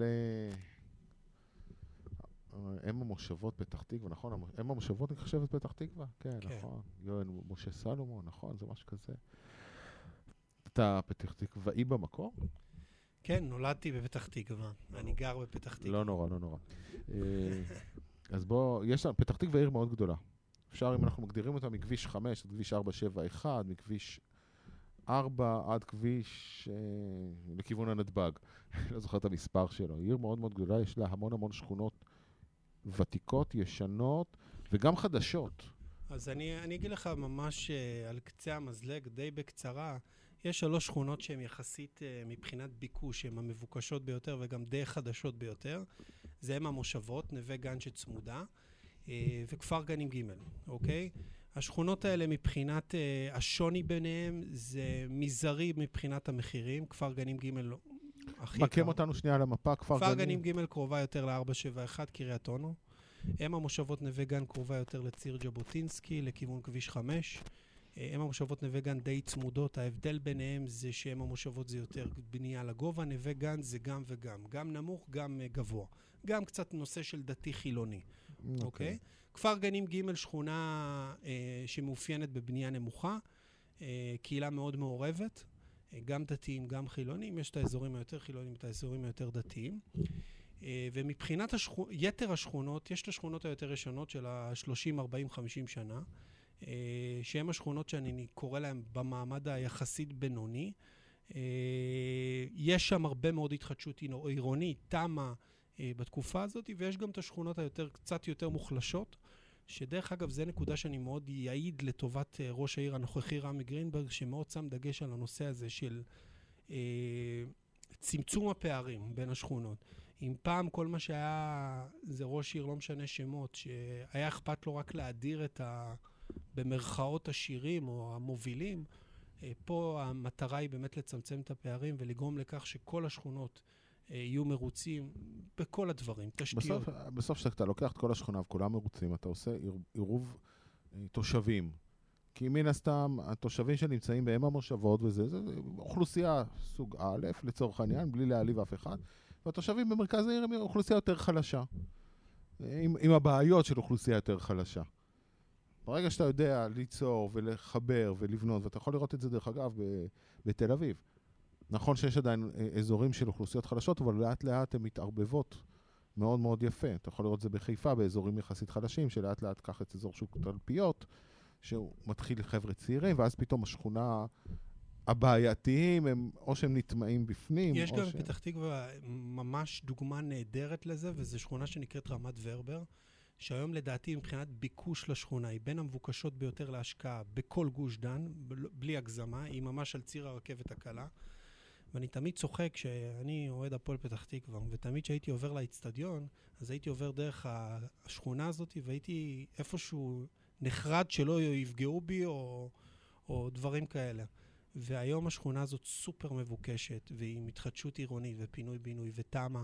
אם המושבות פתח תקווה, נכון? אם המושבות נחשבת פתח תקווה? כן,
כן.
נכון. יואל משה סלומון, נכון, זה משהו כזה. אתה פתח תקוואי במקור?
כן, נולדתי בפתח תקווה. אני גר בפתח תקווה.
לא נורא, לא נורא. אז בוא, יש לנו, פתח תקווה עיר מאוד גדולה. אפשר, אם אנחנו מגדירים אותה מכביש 5 עד כביש 471, מכביש 4 עד כביש לכיוון הנתב"ג. לא זוכר את המספר שלו. עיר מאוד מאוד גדולה, יש לה המון המון שכונות ותיקות, ישנות וגם חדשות.
אז אני אגיד לך ממש על קצה המזלג, די בקצרה, יש 3 שכונות שהן יחסית מבחינת ביקוש, הן המבוקשות ביותר וגם די חדשות ביותר. זה הם המושבות, נווה גן שצמודה, וכפר גנים ג', אוקיי? השכונות האלה מבחינת השוני ביניהם, זה מזערי מבחינת המחירים, כפר גנים ג' הכי
מקם אותנו שנייה על המפה,
כפר גנים ג' קרובה יותר ל-471, קריית אונו. אם המושבות נווה גן קרובה יותר לציר ז'בוטינסקי, לכיוון כביש 5. אם המושבות נווה גן די צמודות, ההבדל ביניהם זה שאם המושבות זה יותר בנייה לגובה, נווה גן זה גם וגם, גם נמוך, גם גבוה. גם קצת נושא של דתי חילוני, אוקיי? כפר גנים ג' שכונה שמאופיינת בבנייה נמוכה, קהילה מאוד מעורבת, גם דתיים, גם חילונים, יש את האזורים היותר חילונים, את האזורים היותר דתיים. ומבחינת יתר השכונות, יש את השכונות היותר ישנות של ה-30, 40, 50 שנה, שהן השכונות שאני קורא להן במעמד היחסית בינוני. יש שם הרבה מאוד התחדשות עירונית, תמה בתקופה הזאת, ויש גם את השכונות קצת יותר מוחלשות, שדרך אגב, זה נקודה שאני מאוד יעיד לטובת ראש העיר הנוכחי רמי גרינברג, שמאוד שם דגש על הנושא הזה של צמצום הפערים בין השכונות. אם פעם כל מה שהיה, זה ראש עיר, לא משנה שמות, שהיה אכפת לו רק להדיר את במרכאות השירים או המובילים, פה המטרה היא באמת לצמצם את הפערים ולגרום לכך שכל השכונות יהיו מרוצים בכל הדברים, תשתיות.
בסוף שאתה לוקח את כל השכונה וכולם מרוצים, אתה עושה עירוב תושבים. כי מן הסתם, התושבים שנמצאים בהם המושבות וזה, זה אוכלוסייה סוג א', לצורך העניין, בלי להעליב אף אחד, והתושבים במרכז העיר הם אוכלוסייה יותר חלשה, עם הבעיות של אוכלוסייה יותר חלשה. ברגע שאתה יודע ליצור ולחבר ולבנות, ואתה יכול לראות את זה דרך אגב בתל אביב. נכון שיש עדיין אזורים של אוכלוסיות חלשות, אבל לאט לאט הן מתערבבות מאוד מאוד יפה. אתה יכול לראות את זה בחיפה, באזורים יחסית חלשים, שלאט לאט קח את אזור שוק תלפיות, שהוא מתחיל לחבר'ה צעירים, ואז פתאום השכונה הבעייתיים, הם, או שהם נטמעים בפנים.
יש גם בפתח תקווה ממש דוגמה נהדרת לזה, וזו שכונה שנקראת רמת ורבר, שהיום לדעתי מבחינת ביקוש לשכונה היא בין המבוקשות ביותר להשקעה בכל גוש דן, בלי הגזמה, היא ממש על ציר הרכבת הקלה. ואני תמיד צוחק שאני אוהד הפועל פתח תקווה, ותמיד שהייתי עובר לאצטדיון, אז הייתי עובר דרך השכונה הזאת, והייתי איפשהו נחרד שלא יפגעו בי או דברים כאלה. והיום השכונה הזאת סופר מבוקשת, והיא מתחדשות עירונית ופינוי בינוי ותמה,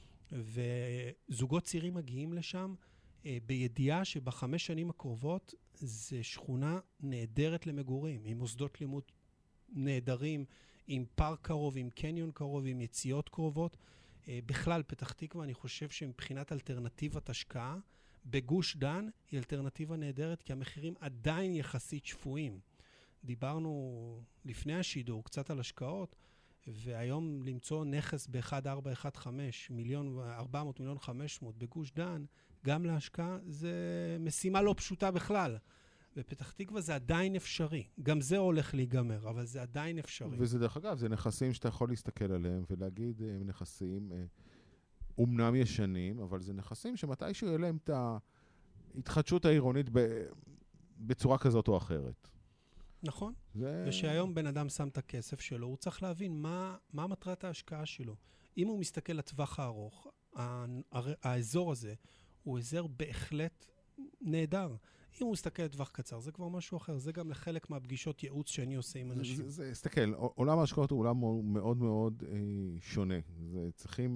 וזוגות צעירים מגיעים לשם, בידיעה שבחמש שנים הקרובות זה שכונה נהדרת למגורים, עם מוסדות לימוד נהדרים, עם פארק קרוב, עם קניון קרוב, עם יציאות קרובות. בכלל, פתח תקווה, אני חושב שמבחינת אלטרנטיבת השקעה, בגוש דן היא אלטרנטיבה נהדרת, כי המחירים עדיין יחסית שפויים. דיברנו לפני השידור קצת על השקעות, והיום למצוא נכס ב-1415, 1,400,500,000 בגוש דן, גם להשקעה, זה משימה לא פשוטה בכלל. בפתח תקווה זה עדיין אפשרי. גם זה הולך להיגמר, אבל זה עדיין אפשרי.
וזה דרך אגב, זה נכסים שאתה יכול להסתכל עליהם ולהגיד, הם נכסים אומנם ישנים, אבל זה נכסים שמתישהו יהיה להם את ההתחדשות העירונית בצורה כזאת או אחרת.
נכון. ושהיום בן אדם שם את הכסף שלו, הוא צריך להבין מה מטרת ההשקעה שלו. אם הוא מסתכל לטווח הארוך, האזור הזה הוא אזור בהחלט נהדר. אם הוא מסתכל לטווח קצר, זה כבר משהו אחר. זה גם לחלק מהפגישות ייעוץ שאני עושה עם אנשים.
תסתכל, עולם ההשקעות הוא עולם מאוד מאוד שונה. זה צריכים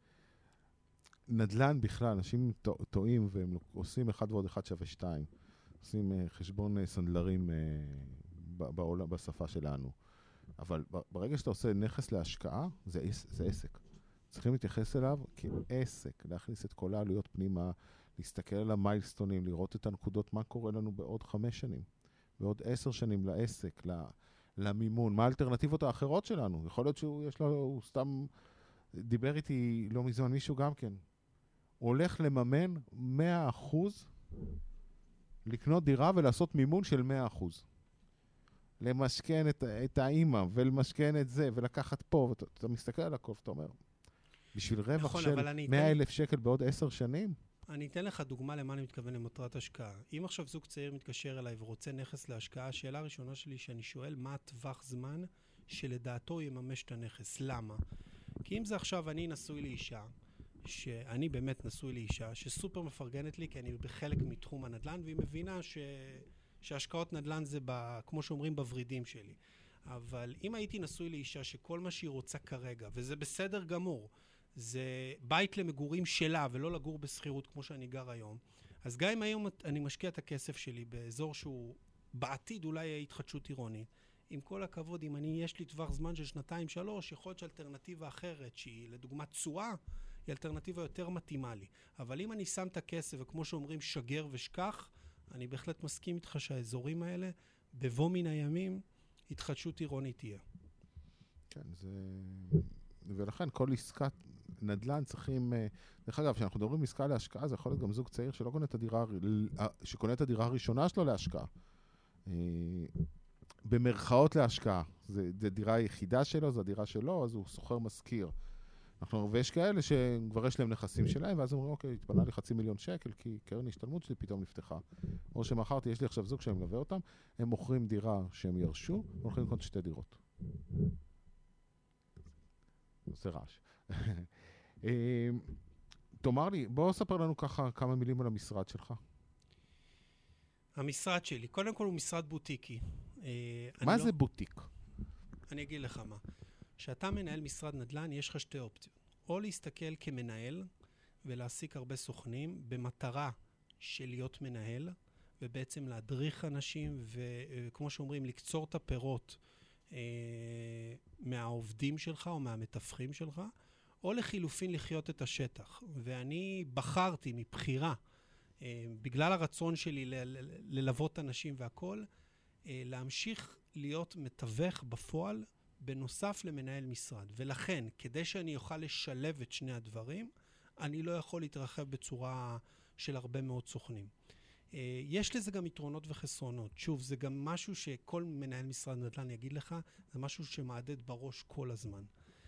נדל"ן בכלל, אנשים טועים והם עושים 1 ועוד 1 שווה 2. עושים חשבון סנדלרים בשפה שלנו. אבל ברגע שאתה עושה נכס להשקעה, זה עסק. צריכים להתייחס אליו כעסק, להכניס את כל העלויות פנימה, להסתכל על המיילסטונים, לראות את הנקודות, מה קורה לנו בעוד 5 שנים, בעוד 10 שנים לעסק, למימון, מה האלטרנטיבות האחרות שלנו. יכול להיות הוא סתם דיבר איתי לא מזמן מישהו גם כן. הוא הולך לממן 100%, לקנות דירה ולעשות מימון של 100%. למשכן את האמא ולמשכן את זה ולקחת פה, ואתה מסתכל על הכל, אתה אומר, בשביל רווח של 100,000 שקל בעוד 10 שנים?
אני אתן לך דוגמה למה אני מתכוון למטרת השקעה. אם עכשיו זוג צעיר מתקשר אליי ורוצה נכס להשקעה, השאלה הראשונה שלי שאני שואל, מה הטווח זמן שלדעתו יממש את הנכס? למה? כי אם זה עכשיו אני נשוי לאישה, שאני באמת נשוי לאישה, שסופר מפרגנת לי, כי אני בחלק מתחום הנדל"ן, והיא מבינה שהשקעות נדל"ן זה, כמו שאומרים, בוורידים שלי. אבל אם הייתי נשוי לאישה שכל מה שהיא רוצה כרגע, וזה בסדר גמור, זה בית למגורים שלה ולא לגור בסחירות כמו שאני גר היום. אז גם אם היום אני משקיע את הכסף שלי באזור שהוא בעתיד אולי יהיה התחדשות עירונית, עם כל הכבוד, אם יש לי טווח זמן של 2-3, יכול להיות שאלטרנטיבה אחרת, שהיא לדוגמה תשואה, היא אלטרנטיבה יותר מתאימה לי. אבל אם אני שם את הכסף, וכמו שאומרים, שגר ושכח, אני בהחלט מסכים איתך שהאזורים האלה, בבוא מן הימים, התחדשות עירונית תהיה.
כן, ולכן כל עסקת נדל"ן צריכים, דרך אגב, כשאנחנו מדברים עסקה להשקעה, זה יכול להיות גם זוג צעיר שלא קונה את הדירה, שקונה את הדירה הראשונה שלו להשקעה. במרכאות להשקעה. זה דירה היחידה שלו, זו הדירה שלו, אז הוא סוחר משכיר. ויש כאלה שכבר יש להם נכסים שלהם, ואז אומרים, אוקיי, התפנה לי 500,000 שקל, כי קרן השתלמות שלי פתאום נפתחה. או שמחרתי, יש לי עכשיו זוג שהם מלווה אותם, הם מוכרים דירה שהם ירשו, והולכים לקנות 2 דירות. זה רעש. תאמר לי, בוא ספר לנו ככה כמה מילים על המשרד שלך.
המשרד שלי, קודם כל הוא משרד בוטיקי.
מה זה בוטיק?
אני אגיד לך מה. כשאתה מנהל משרד נדל"ן, יש לך 2 אופציות. או להסתכל כמנהל ולהעסיק הרבה סוכנים במטרה של להיות מנהל, ובעצם להדריך אנשים, וכמו שאומרים, לקצור את הפירות מהעובדים שלך או מהמתווכים שלך, או לחילופין לחיות את השטח. ואני בחרתי מבחירה, בגלל הרצון שלי ללוות אנשים והכל, להמשיך להיות מתווך בפועל בנוסף למנהל משרד. ולכן, כדי שאני אוכל לשלב את שני הדברים, אני לא יכול להתרחב בצורה של הרבה מאוד סוכנים. יש לזה גם יתרונות וחסרונות. שוב, זה גם משהו שכל מנהל משרד נדל"ן יגיד לך, זה משהו שמעדד בראש כל הזמן.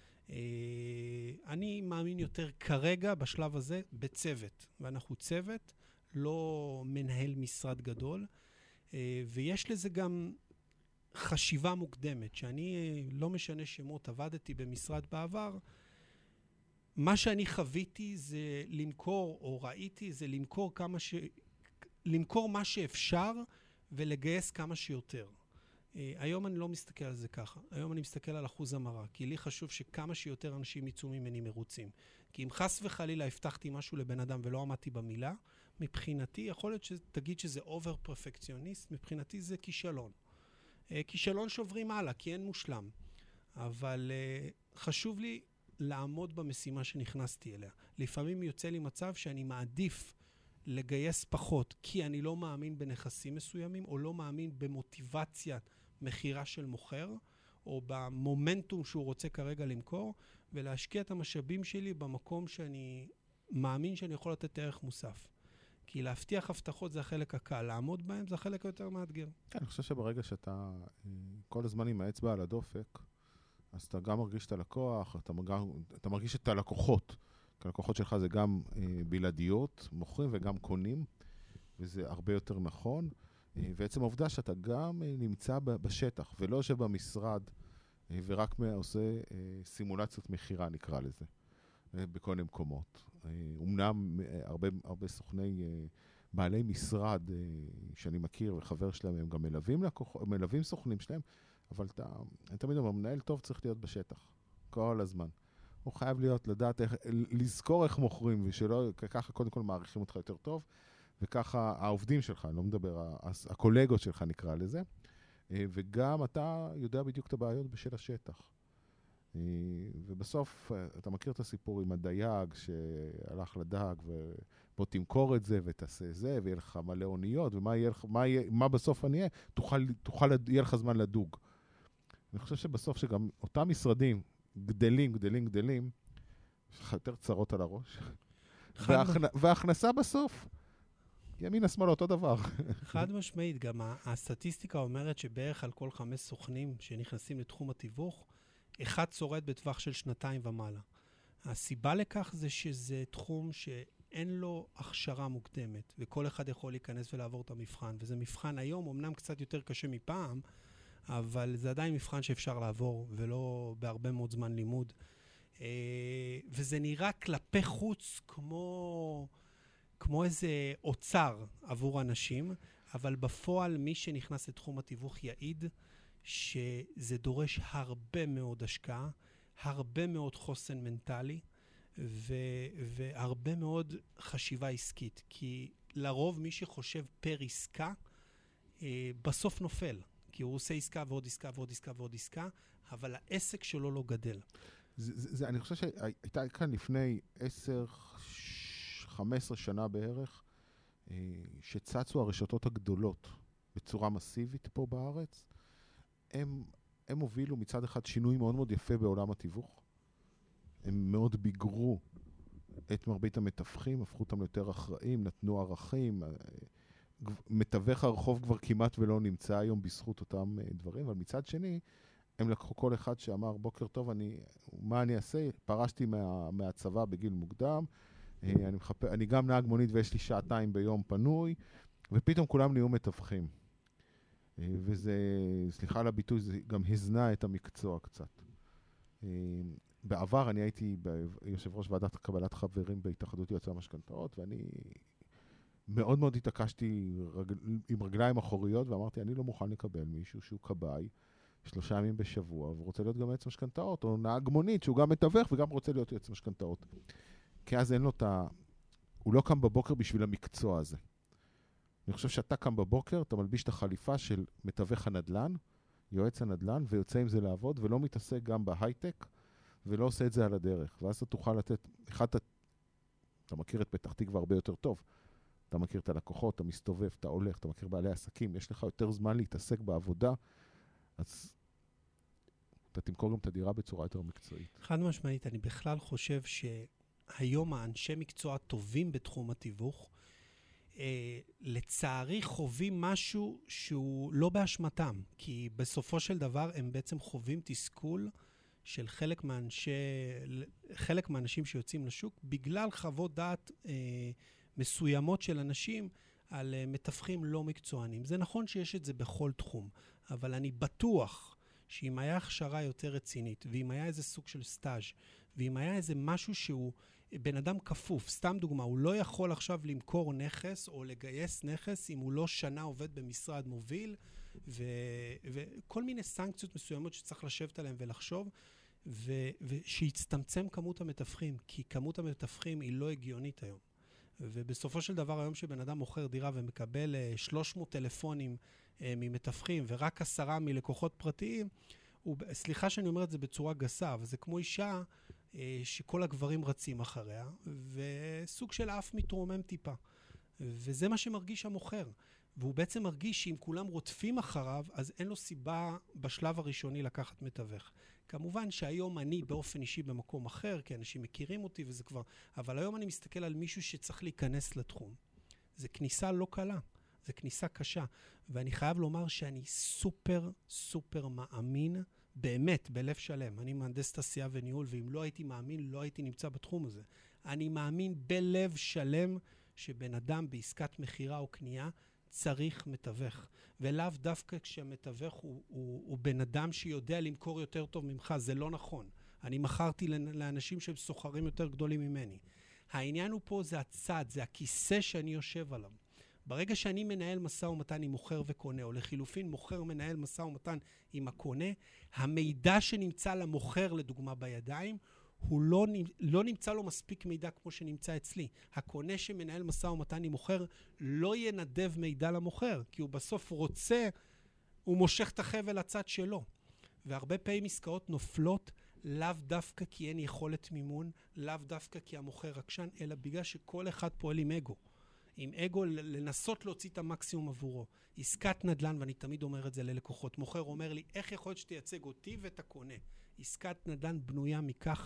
אני מאמין יותר כרגע, בשלב הזה, בצוות. ואנחנו צוות, לא מנהל משרד גדול. ויש לזה גם חשיבה מוקדמת, שאני לא משנה שמות, עבדתי במשרד בעבר, מה שאני חוויתי זה למכור, או ראיתי, זה למכור מה שאפשר ולגייס כמה שיותר. היום אני לא מסתכל על זה ככה. היום אני מסתכל על אחוז המרה, כי לי חשוב שכמה שיותר אנשים יצאו ממני מרוצים. כי אם חס וחלילה הבטחתי משהו לבן אדם ולא עמדתי במילה, מבחינתי, יכול להיות שתגיד שזה אובר פרפקציוניסט, מבחינתי זה כישלון. כישלון שוברים הלאה, כי אין מושלם. אבל חשוב לי לעמוד במשימה שנכנסתי אליה. לפעמים יוצא לי מצב שאני מעדיף לגייס פחות, כי אני לא מאמין בנכסים מסוימים, או לא מאמין במוטיבציה מחירה של מוכר, או במומנטום שהוא רוצה כרגע למכור, ולהשקיע את המשאבים שלי במקום שאני מאמין שאני יכול לתת ערך מוסף. כי להבטיח הבטחות זה החלק הקל, לעמוד בהם זה החלק היותר מאתגר.
כן, אני חושב שברגע שאתה כל הזמן עם האצבע על הדופק, אז אתה גם מרגיש את הלקוח, אתה מרגיש את הלקוחות. כי הלקוחות שלך זה גם בלעדיות, מוכרים וגם קונים, וזה הרבה יותר נכון. ועצם העובדה שאתה גם נמצא בשטח, ולא יושב במשרד, ורק עושה סימולציות מחירה, נקרא לזה, בכל מיני מקומות. אמנם הרבה סוכני בעלי משרד שאני מכיר וחבר שלהם, הם גם מלווים סוכנים שלהם, אבל אני תמיד אומר, מנהל טוב צריך להיות בשטח, כל הזמן. הוא חייב לדעת לזכור איך מוכרים, ושלא, ככה קודם כל מעריכים אותך יותר טוב, וככה העובדים שלך, אני לא מדבר, הקולגות שלך נקרא לזה, וגם אתה יודע בדיוק את הבעיות בשל השטח. ובסוף אתה מכיר את הסיפור עם הדייג שהלך לדג, ובוא תמכור את זה ותעשה זה, ויהיה לך מלא אוניות, ומה בסוף אני אהיה? יהיה לך זמן לדוג. אני חושב שבסוף שגם אותם משרדים גדלים, יש לך יותר צרות על הראש. וההכנסה בסוף, ימין השמאל אותו דבר.
חד משמעית, גם הסטטיסטיקה אומרת שבערך על כל 5 סוכנים שנכנסים לתחום התיווך, אחד שורד בטווח של 2 ומעלה. הסיבה לכך זה שזה תחום שאין לו הכשרה מוקדמת, וכל אחד יכול להיכנס ולעבור את המבחן, וזה מבחן היום, אמנם קצת יותר קשה מפעם, אבל זה עדיין מבחן שאפשר לעבור, ולא בהרבה מאוד זמן לימוד. וזה נראה כלפי חוץ כמו איזה אוצר עבור אנשים, אבל בפועל מי שנכנס לתחום התיווך יעיד שזה דורש הרבה מאוד השקעה, הרבה מאוד חוסן מנטלי, והרבה מאוד חשיבה עסקית, כי לרוב מי שחושב פר עסקה, בסוף נופל, כי הוא עושה עסקה ועוד עסקה ועוד עסקה ועוד עסקה, אבל העסק שלו לא גדל.
אני חושב שהייתה כאן לפני 10-15 שנה בערך, שצצו הרשתות הגדולות בצורה מסיבית פה בארץ. הם הובילו מצד אחד שינוי מאוד מאוד יפה בעולם התיווך. הם מאוד ביגרו את מרבית המתווכים, הפכו אותם ליותר אחראים, נתנו ערכים. מתווך הרחוב כבר כמעט ולא נמצא היום בזכות אותם דברים, אבל מצד שני, הם לקחו כל אחד שאמר, בוקר טוב, מה אני אעשה? פרשתי מהצבא בגיל מוקדם, אני גם נהג מונית ויש לי 2 שעות ביום פנוי, ופתאום כולם נהיו מתווכים. וזה, סליחה על הביטוי, זה גם הזנה את המקצוע קצת. בעבר אני הייתי יושב ראש ועדת קבלת חברים בהתאחדות יועצי המשכנתאות, ואני מאוד מאוד התעקשתי עם רגליים אחוריות, ואמרתי, אני לא מוכן לקבל מישהו שהוא קבעי, 3 ימים בשבוע, ורוצה להיות גם יועץ משכנתאות, או נהג מונית שהוא גם מתווך וגם רוצה להיות יועץ משכנתאות. כי אז אין לו הוא לא קם בבוקר בשביל המקצוע הזה. אני חושב שאתה קם בבוקר, אתה מלביש את החליפה של מתווך הנדל"ן, יועץ הנדל"ן, ויוצא עם זה לעבוד, ולא מתעסק גם בהייטק, ולא עושה את זה על הדרך. ואז אתה תוכל לתת, אתה מכיר את פתח תקווה הרבה יותר טוב. אתה מכיר את הלקוחות, אתה מסתובב, אתה הולך, אתה מכיר בעלי עסקים, יש לך יותר זמן להתעסק בעבודה, אז אתה תמכור גם את הדירה בצורה יותר מקצועית.
חד משמעית, אני בכלל חושב שהיום האנשי מקצוע טובים בתחום התיווך, לצערי חווים משהו שהוא לא באשמתם, כי בסופו של דבר הם בעצם חווים תסכול של חלק מהאנשים שיוצאים לשוק, בגלל חוות דעת מסוימות של אנשים על מתווכים לא מקצוענים. זה נכון שיש את זה בכל תחום, אבל אני בטוח שאם היה הכשרה יותר רצינית, ואם היה איזה סוג של סטאז', ואם היה איזה משהו שהוא בן אדם כפוף, סתם דוגמה, הוא לא יכול עכשיו למכור נכס או לגייס נכס אם הוא לא שנה עובד במשרד מוביל, וכל מיני סנקציות מסוימות שצריך לשבת עליהם ולחשוב, ושיצטמצם כמות המתווכים, כי כמות המתווכים היא לא הגיונית היום. ובסופו של דבר היום שבן אדם מוכר דירה ומקבל 300 טלפונים ממתווכים ורק 10 מלקוחות פרטיים, סליחה שאני אומר את זה בצורה גסה, אבל זה כמו אישה שכל הגברים רצים אחריה, וסוג של אף מתרומם טיפה. וזה מה שמרגיש המוכר. והוא בעצם מרגיש שאם כולם רודפים אחריו, אז אין לו סיבה בשלב הראשוני לקחת מתווך. כמובן שהיום אני באופן אישי במקום אחר, כי אנשים מכירים אותי וזה כבר, אבל היום אני מסתכל על מישהו שצריך להיכנס לתחום. זה כניסה לא קלה, זה כניסה קשה. ואני חייב לומר שאני סופר סופר מאמין, באמת, בלב שלם. אני מהנדס תעשייה וניהול, ואם לא הייתי מאמין, לא הייתי נמצא בתחום הזה. אני מאמין בלב שלם שבן אדם בעסקת מחירה או קנייה צריך מתווך. ולאו דווקא כשהמתווך הוא בן אדם שיודע למכור יותר טוב ממך, זה לא נכון. אני מכרתי לאנשים שהם סוחרים יותר גדולים ממני. העניין הוא פה זה הצד, זה הכיסא שאני יושב עליו. ברגע שאני מנהל משא ומתן עם מוכר וקונה, או לחילופין מוכר מנהל משא ומתן עם הקונה, המידע שנמצא למוכר לדוגמה בידיים, הוא לא נמצא לו מספיק מידע כמו שנמצא אצלי. הקונה שמנהל משא ומתן עם מוכר לא ינדב מידע למוכר, כי הוא בסוף רוצה, הוא מושך את החבל לצד שלו. והרבה פעמים עסקאות נופלות, לאו דווקא כי אין יכולת מימון, לאו דווקא כי המוכר רכשן, אלא בגלל שכל אחד פועל עם אגו. עם אגו לנסות להוציא את המקסימום עבורו. עסקת נדל"ן, ואני תמיד אומר את זה ללקוחות, מוכר אומר לי, איך יכול להיות שתייצג אותי ואת הקונה? עסקת נדל"ן בנויה מכך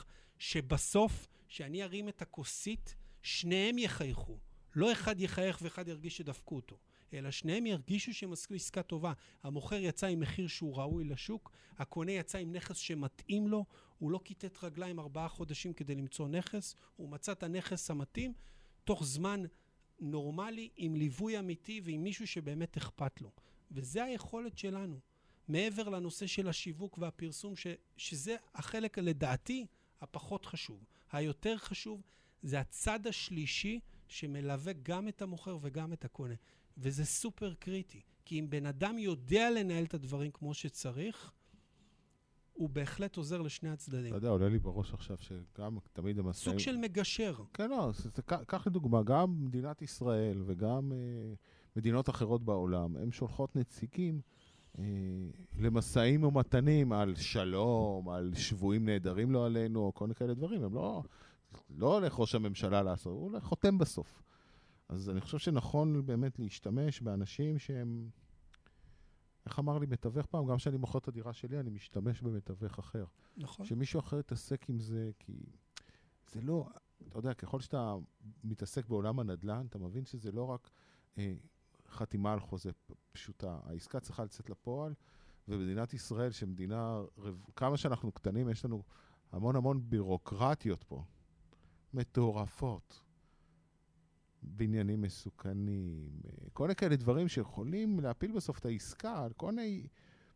שבסוף, שאני ארים את הכוסית, שניהם יחייכו. לא אחד יחייך ואחד ירגיש שדפקו אותו, אלא שניהם ירגישו שהם עשו עסקה טובה. המוכר יצא עם מחיר שהוא ראוי לשוק, הקונה יצא עם נכס שמתאים לו, הוא לא כיתת רגליים 4 חודשים כדי למצוא נכס, הוא מצא את הנכס המתאים, תוך זמן נורמלי, עם ליווי אמיתי ועם מישהו שבאמת אכפת לו. וזה היכולת שלנו. מעבר לנושא של השיווק והפרסום, שזה החלק לדעתי הפחות חשוב. היותר חשוב זה הצד השלישי שמלווה גם את המוכר וגם את הקונה. וזה סופר קריטי. כי אם בן אדם יודע לנהל את הדברים כמו שצריך, הוא בהחלט עוזר לשני הצדדים.
אתה יודע, עולה לי בראש עכשיו שגם תמיד המסעים...
סוג של מגשר.
כן, לא, קח לדוגמה, גם מדינת ישראל וגם מדינות אחרות בעולם, הן שולחות נציגים למסעים ומתנים על שלום, על שבויים נהדרים לא עלינו, או כל מיני כאלה דברים. הם לא הולך ראש הממשלה לעשות, הוא הולך חותם בסוף. אז אני חושב שנכון באמת להשתמש באנשים שהם... איך אמר לי מתווך פעם? גם כשאני מוכר את הדירה שלי, אני משתמש במתווך אחר.
נכון.
שמישהו אחר יתעסק עם זה, כי זה לא... אתה יודע, ככל שאתה מתעסק בעולם הנדל"ן, אתה מבין שזה לא רק חתימה על חוזה פשוטה. העסקה צריכה לצאת לפועל, ובמדינת ישראל, שמדינה... כמה שאנחנו קטנים, יש לנו המון בירוקרטיות פה. מטורפות. בניינים מסוכנים, כל מיני כאלה דברים שיכולים להפיל בסוף את העסקה, על כל מיני...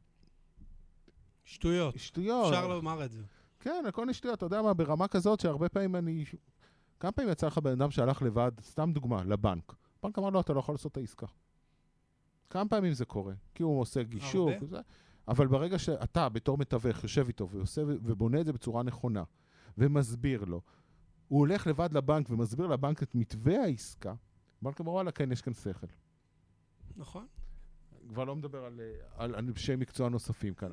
שטויות. אפשר לומר את זה.
כן, על כל מיני שטויות. אתה יודע מה, ברמה כזאת שהרבה פעמים כמה פעמים יצא לך בן אדם שהלך לבד, סתם דוגמה, לבנק. הבנק אמר לו, אתה לא יכול לעשות את העסקה. כמה פעמים זה קורה? כי הוא עושה גישור. אבל ברגע שאתה, בתור מתווך, יושב איתו ובונה את זה בצורה נכונה, ומסביר לו, הוא הולך לבד לבנק ומסביר לבנק את מתווה העסקה, בנק אמר, וואלה, כן, יש כאן שכל.
נכון.
כבר לא מדבר על אנשי מקצוע נוספים כאן.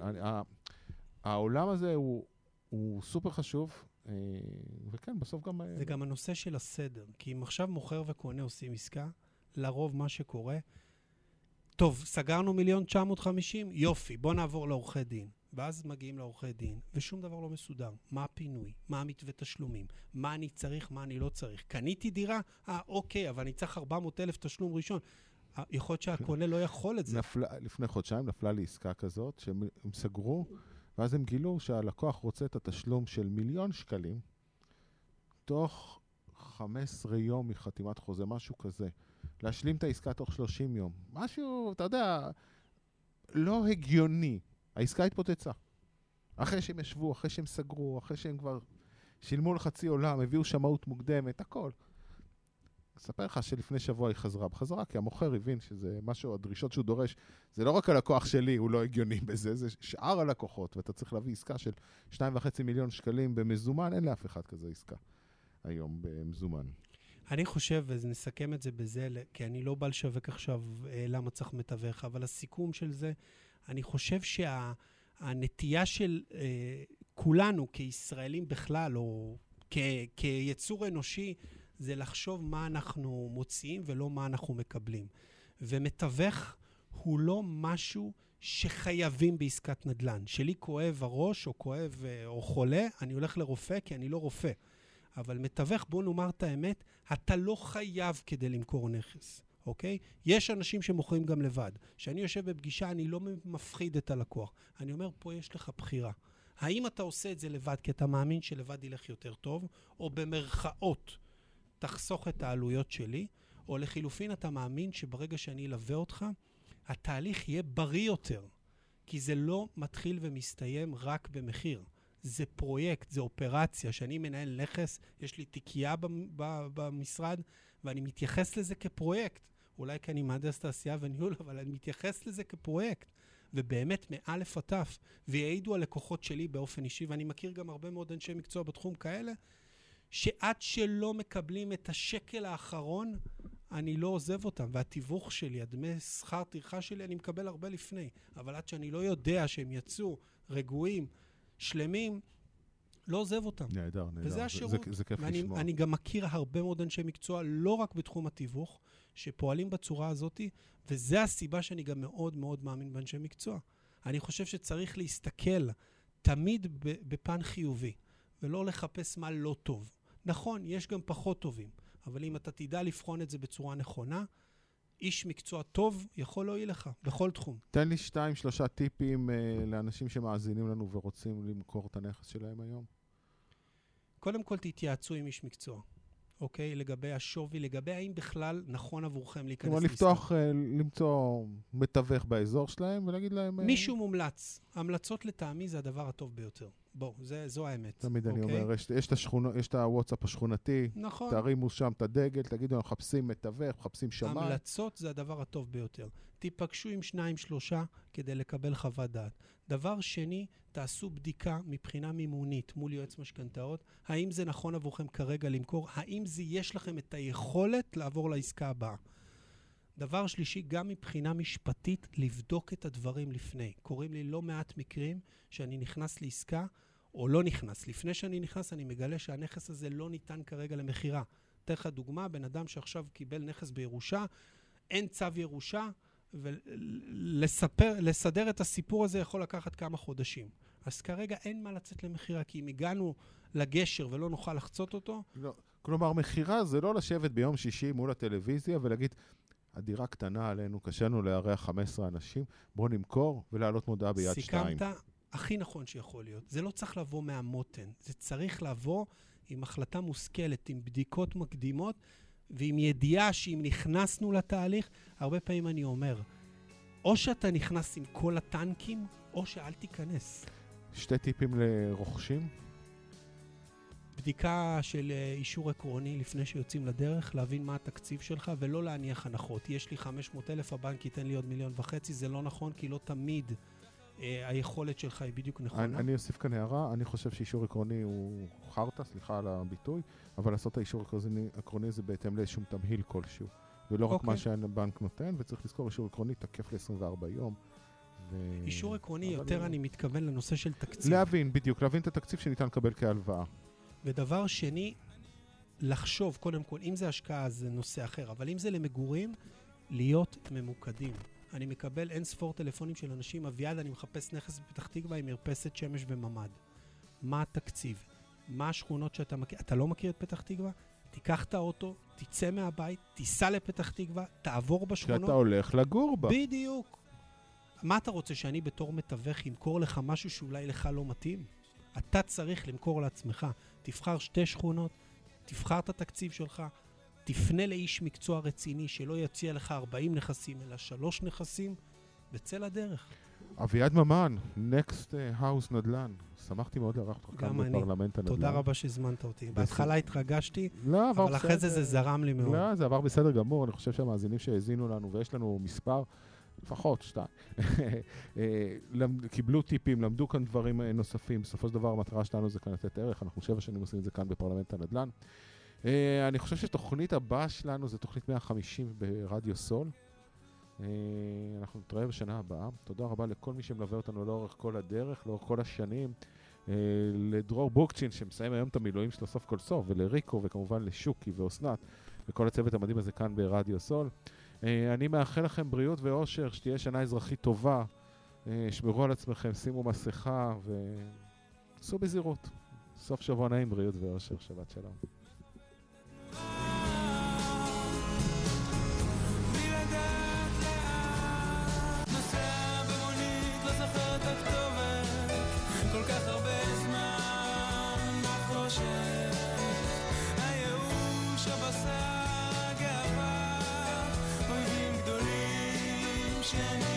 העולם הזה הוא סופר חשוב, וכן, בסוף גם...
זה גם הנושא של הסדר, כי אם עכשיו מוכר וקונה עושים עסקה, לרוב מה שקורה, טוב, סגרנו 1,950,000, יופי, בוא נעבור לעורכי דין. ואז מגיעים לעורכי דין, ושום דבר לא מסודר. מה הפינוי? מה המתווה תשלומים? מה אני צריך? מה אני לא צריך? קניתי דירה? אוקיי, אבל אני צריך 400,000 תשלום ראשון. יכול להיות שהקונה לא יכול את זה.
לפני חודשיים נפלה לי עסקה כזאת, שהם סגרו, ואז הם גילו שהלקוח רוצה את התשלום של 1,000,000 שקלים, תוך 15 יום מחתימת חוזה, משהו כזה. להשלים את העסקה תוך 30 יום. משהו, אתה יודע, לא הגיוני. העסקה התפוצצה. אחרי שהם ישבו, אחרי שהם סגרו, אחרי שהם כבר שילמו לחצי עולם, הביאו שמאות מוקדמת, הכל. אספר לך שלפני שבוע היא חזרה, כי המוכר הבין שזה משהו, הדרישות שהוא דורש, זה לא רק הלקוח שלי, הוא לא הגיוני בזה, זה שאר הלקוחות, ואתה צריך להביא עסקה של 2.5 מיליון שקלים במזומן, אין לאף אחד כזה עסקה היום במזומן.
אני חושב, ונסכם את זה בזה, כי אני לא בא לשווק עכשיו למה צריך מתווך, אבל הסיכום של זה, אני חושב שהנטייה של כולנו כישראלים בכלל, או כיצור אנושי, זה לחשוב מה אנחנו מוציאים ולא מה אנחנו מקבלים. ומתווך הוא לא משהו שחייבים בעסקת נדל"ן. שלי כואב הראש או כואב או חולה, אני הולך לרופא כי אני לא רופא. אבל מתווך, בוא נאמר את האמת, אתה לא חייב כדי למכור נכס. אוקיי? יש אנשים שמוכרים גם לבד. כשאני יושב בפגישה, אני לא מפחיד את הלקוח. אני אומר, פה יש לך בחירה. האם אתה עושה את זה לבד כי אתה מאמין שלבד ילך יותר טוב, או במרכאות תחסוך את העלויות שלי, או לחילופין אתה מאמין שברגע שאני אלווה אותך, התהליך יהיה בריא יותר. כי זה לא מתחיל ומסתיים רק במחיר. זה פרויקט, זה אופרציה. שאני מנהל נכס, יש לי תיקייה במשרד, ואני מתייחס לזה כפרויקט. אולי כי אני מהנדס תעשייה וניהול, אבל אני מתייחס לזה כפרויקט. ובאמת מאלף עד תף, ויעידו הלקוחות שלי באופן אישי, ואני מכיר גם הרבה מאוד אנשי מקצוע בתחום כאלה, שעד שלא מקבלים את השקל האחרון, אני לא עוזב אותם. והתיווך שלי, הדמי שכר טרחה שלי, אני מקבל הרבה לפני. אבל עד שאני לא יודע שהם יצאו רגועים, שלמים, לא עוזב אותם.
נהדר.
וזה השירות.
זה כיף לשמוע.
אני גם מכיר הרבה מאוד אנשי מקצוע, לא רק בתחום התיווך, שפועלים בצורה הזאת, וזה הסיבה שאני גם מאוד מאוד מאמין באנשי מקצוע. אני חושב שצריך להסתכל תמיד בפן חיובי, ולא לחפש מה לא טוב. נכון, יש גם פחות טובים, אבל אם אתה תדע לבחון את זה בצורה נכונה, איש מקצוע טוב יכול להועיל לך, בכל תחום.
תן לי 2-3 טיפים לאנשים שמאזינים לנו ורוצים למכור את הנכס שלהם היום.
קודם כל תתייעצו עם איש מקצוע, אוקיי? לגבי השווי, לגבי האם בכלל נכון עבורכם להיכנס
לעסקה. לפתוח, למצוא מתווך באזור שלהם ולהגיד להם...
מישהו מומלץ. המלצות לטעמי זה הדבר הטוב ביותר. בוא, זו האמת.
תמיד אני
אוקיי?
אומר, יש את הוואטסאפ השכונתי,
נכון.
תרימו שם את הדגל, תגידו, אנחנו מחפשים מתווך, מחפשים שמאי.
המלצות זה הדבר הטוב ביותר. תיפגשו עם 2-3 כדי לקבל חוות דעת. דבר שני, תעשו בדיקה מבחינה מימונית מול יועץ משכנתאות, האם זה נכון עבורכם כרגע למכור, האם יש לכם את היכולת לעבור לעסקה הבאה. דבר שלישי, גם מבחינה משפטית, לבדוק את הדברים לפני. קוראים לי לא מעט מקרים שאני נכנס לעסקה, או לא נכנס. לפני שאני נכנס, אני מגלה שהנכס הזה לא ניתן כרגע למחירה. אתן לך דוגמה, בן אדם שעכשיו קיבל נכס בירושה, אין צו ירושה, ולסדר את הסיפור הזה יכול לקחת כמה חודשים. אז כרגע אין מה לצאת למחירה, כי אם הגענו לגשר ולא נוכל לחצות אותו...
לא, כלומר, מחירה זה לא לשבת ביום שישי מול הטלוויזיה ולהגיד, הדירה קטנה עלינו, קשנו לארח 15 אנשים, בואו נמכור ולהעלות מודעה ביד 2.
סיכמת הכי נכון שיכול להיות. זה לא צריך לבוא מהמותן. זה צריך לבוא עם החלטה מושכלת, עם בדיקות מקדימות, ועם ידיעה שאם נכנסנו לתהליך, הרבה פעמים אני אומר, או שאתה נכנס עם כל הטנקים, או שאל תיכנס.
2 טיפים לרוכשים?
בדיקה של אישור עקרוני לפני שיוצאים לדרך, להבין מה התקציב שלך ולא להניח הנחות. יש לי 500,000, הבנק ייתן לי עוד 1.5 מיליון, זה לא נכון, כי לא תמיד היכולת שלך היא בדיוק נכונה.
אני אוסיף כאן הערה, אני חושב שאישור עקרוני הוא חרטה, סליחה על הביטוי, אבל לעשות את האישור עקרוני זה בהתאם לאיזשהו תמהיל כלשהו, ולא רק מה שהבנק נותן, וצריך לזכור אישור עקרוני תקף ל-24 יום.
אישור עקרוני יותר אני מתכוון לנושא של תקציב.
להבין, בדיוק, להבין את התקציב שניתן לקבל כהלוואה.
ודבר שני, לחשוב, קודם כל, אם זה השקעה זה נושא אחר, אבל אם זה למגורים, להיות ממוקדים. אני מקבל אין ספור טלפונים של אנשים, אביעד, אני מחפש נכס בפתח תקווה עם מרפסת שמש וממד. מה התקציב? מה השכונות שאתה מכיר? אתה לא מכיר את פתח תקווה? תיקח את האוטו, תצא מהבית, תיסע לפתח תקווה, תעבור בשכונות.
שאתה הולך לגור בה.
בדיוק. מה אתה רוצה, שאני בתור מתווך ימכור לך משהו שאולי לך לא מתאים? אתה צריך למכור לעצמך. תבחר 2 שכונות, תבחר את התקציב שלך, תפנה לאיש מקצוע רציני שלא יציע לך 40 נכסים, אלא 3 נכסים, וצא לדרך.
אביעד ממן, Next House נדל"ן. שמחתי מאוד לארח אותך כאן בפרלמנט הנדל"ן.
תודה רבה שהזמנת אותי. בהתחלה התרגשתי,
לא,
אבל אחרי זה זרם לי מאוד.
לא, זה עבר בסדר גמור. אני חושב שהמאזינים שהאזינו לנו, ויש לנו מספר, לפחות 2, קיבלו טיפים, למדו כאן דברים נוספים. בסופו של דבר המטרה שלנו זה כאן לתת ערך. אנחנו 7 שנים עושים את זה כאן בפרלמנט הנדל"ן. אני חושב שתוכנית הבאה שלנו זה תוכנית 150 ברדיו סול. אנחנו נתראה בשנה הבאה. תודה רבה לכל מי שמלווה אותנו לאורך כל הדרך, לאורך כל השנים. לדרור בוקצ'ין שמסיים היום את המילואים שלו סוף כל סוף, ולריקו וכמובן לשוקי ואוסנת וכל הצוות המדהים הזה כאן ברדיו סול. אני מאחל לכם בריאות ואושר, שתהיה שנה אזרחית טובה. שמרו על עצמכם, שימו מסכה ועשו בזהירות. סוף שבוע נעים, בריאות ואושר, שבת שלום.
הייאוש הבשר גאווה, אויבים גדולים שאני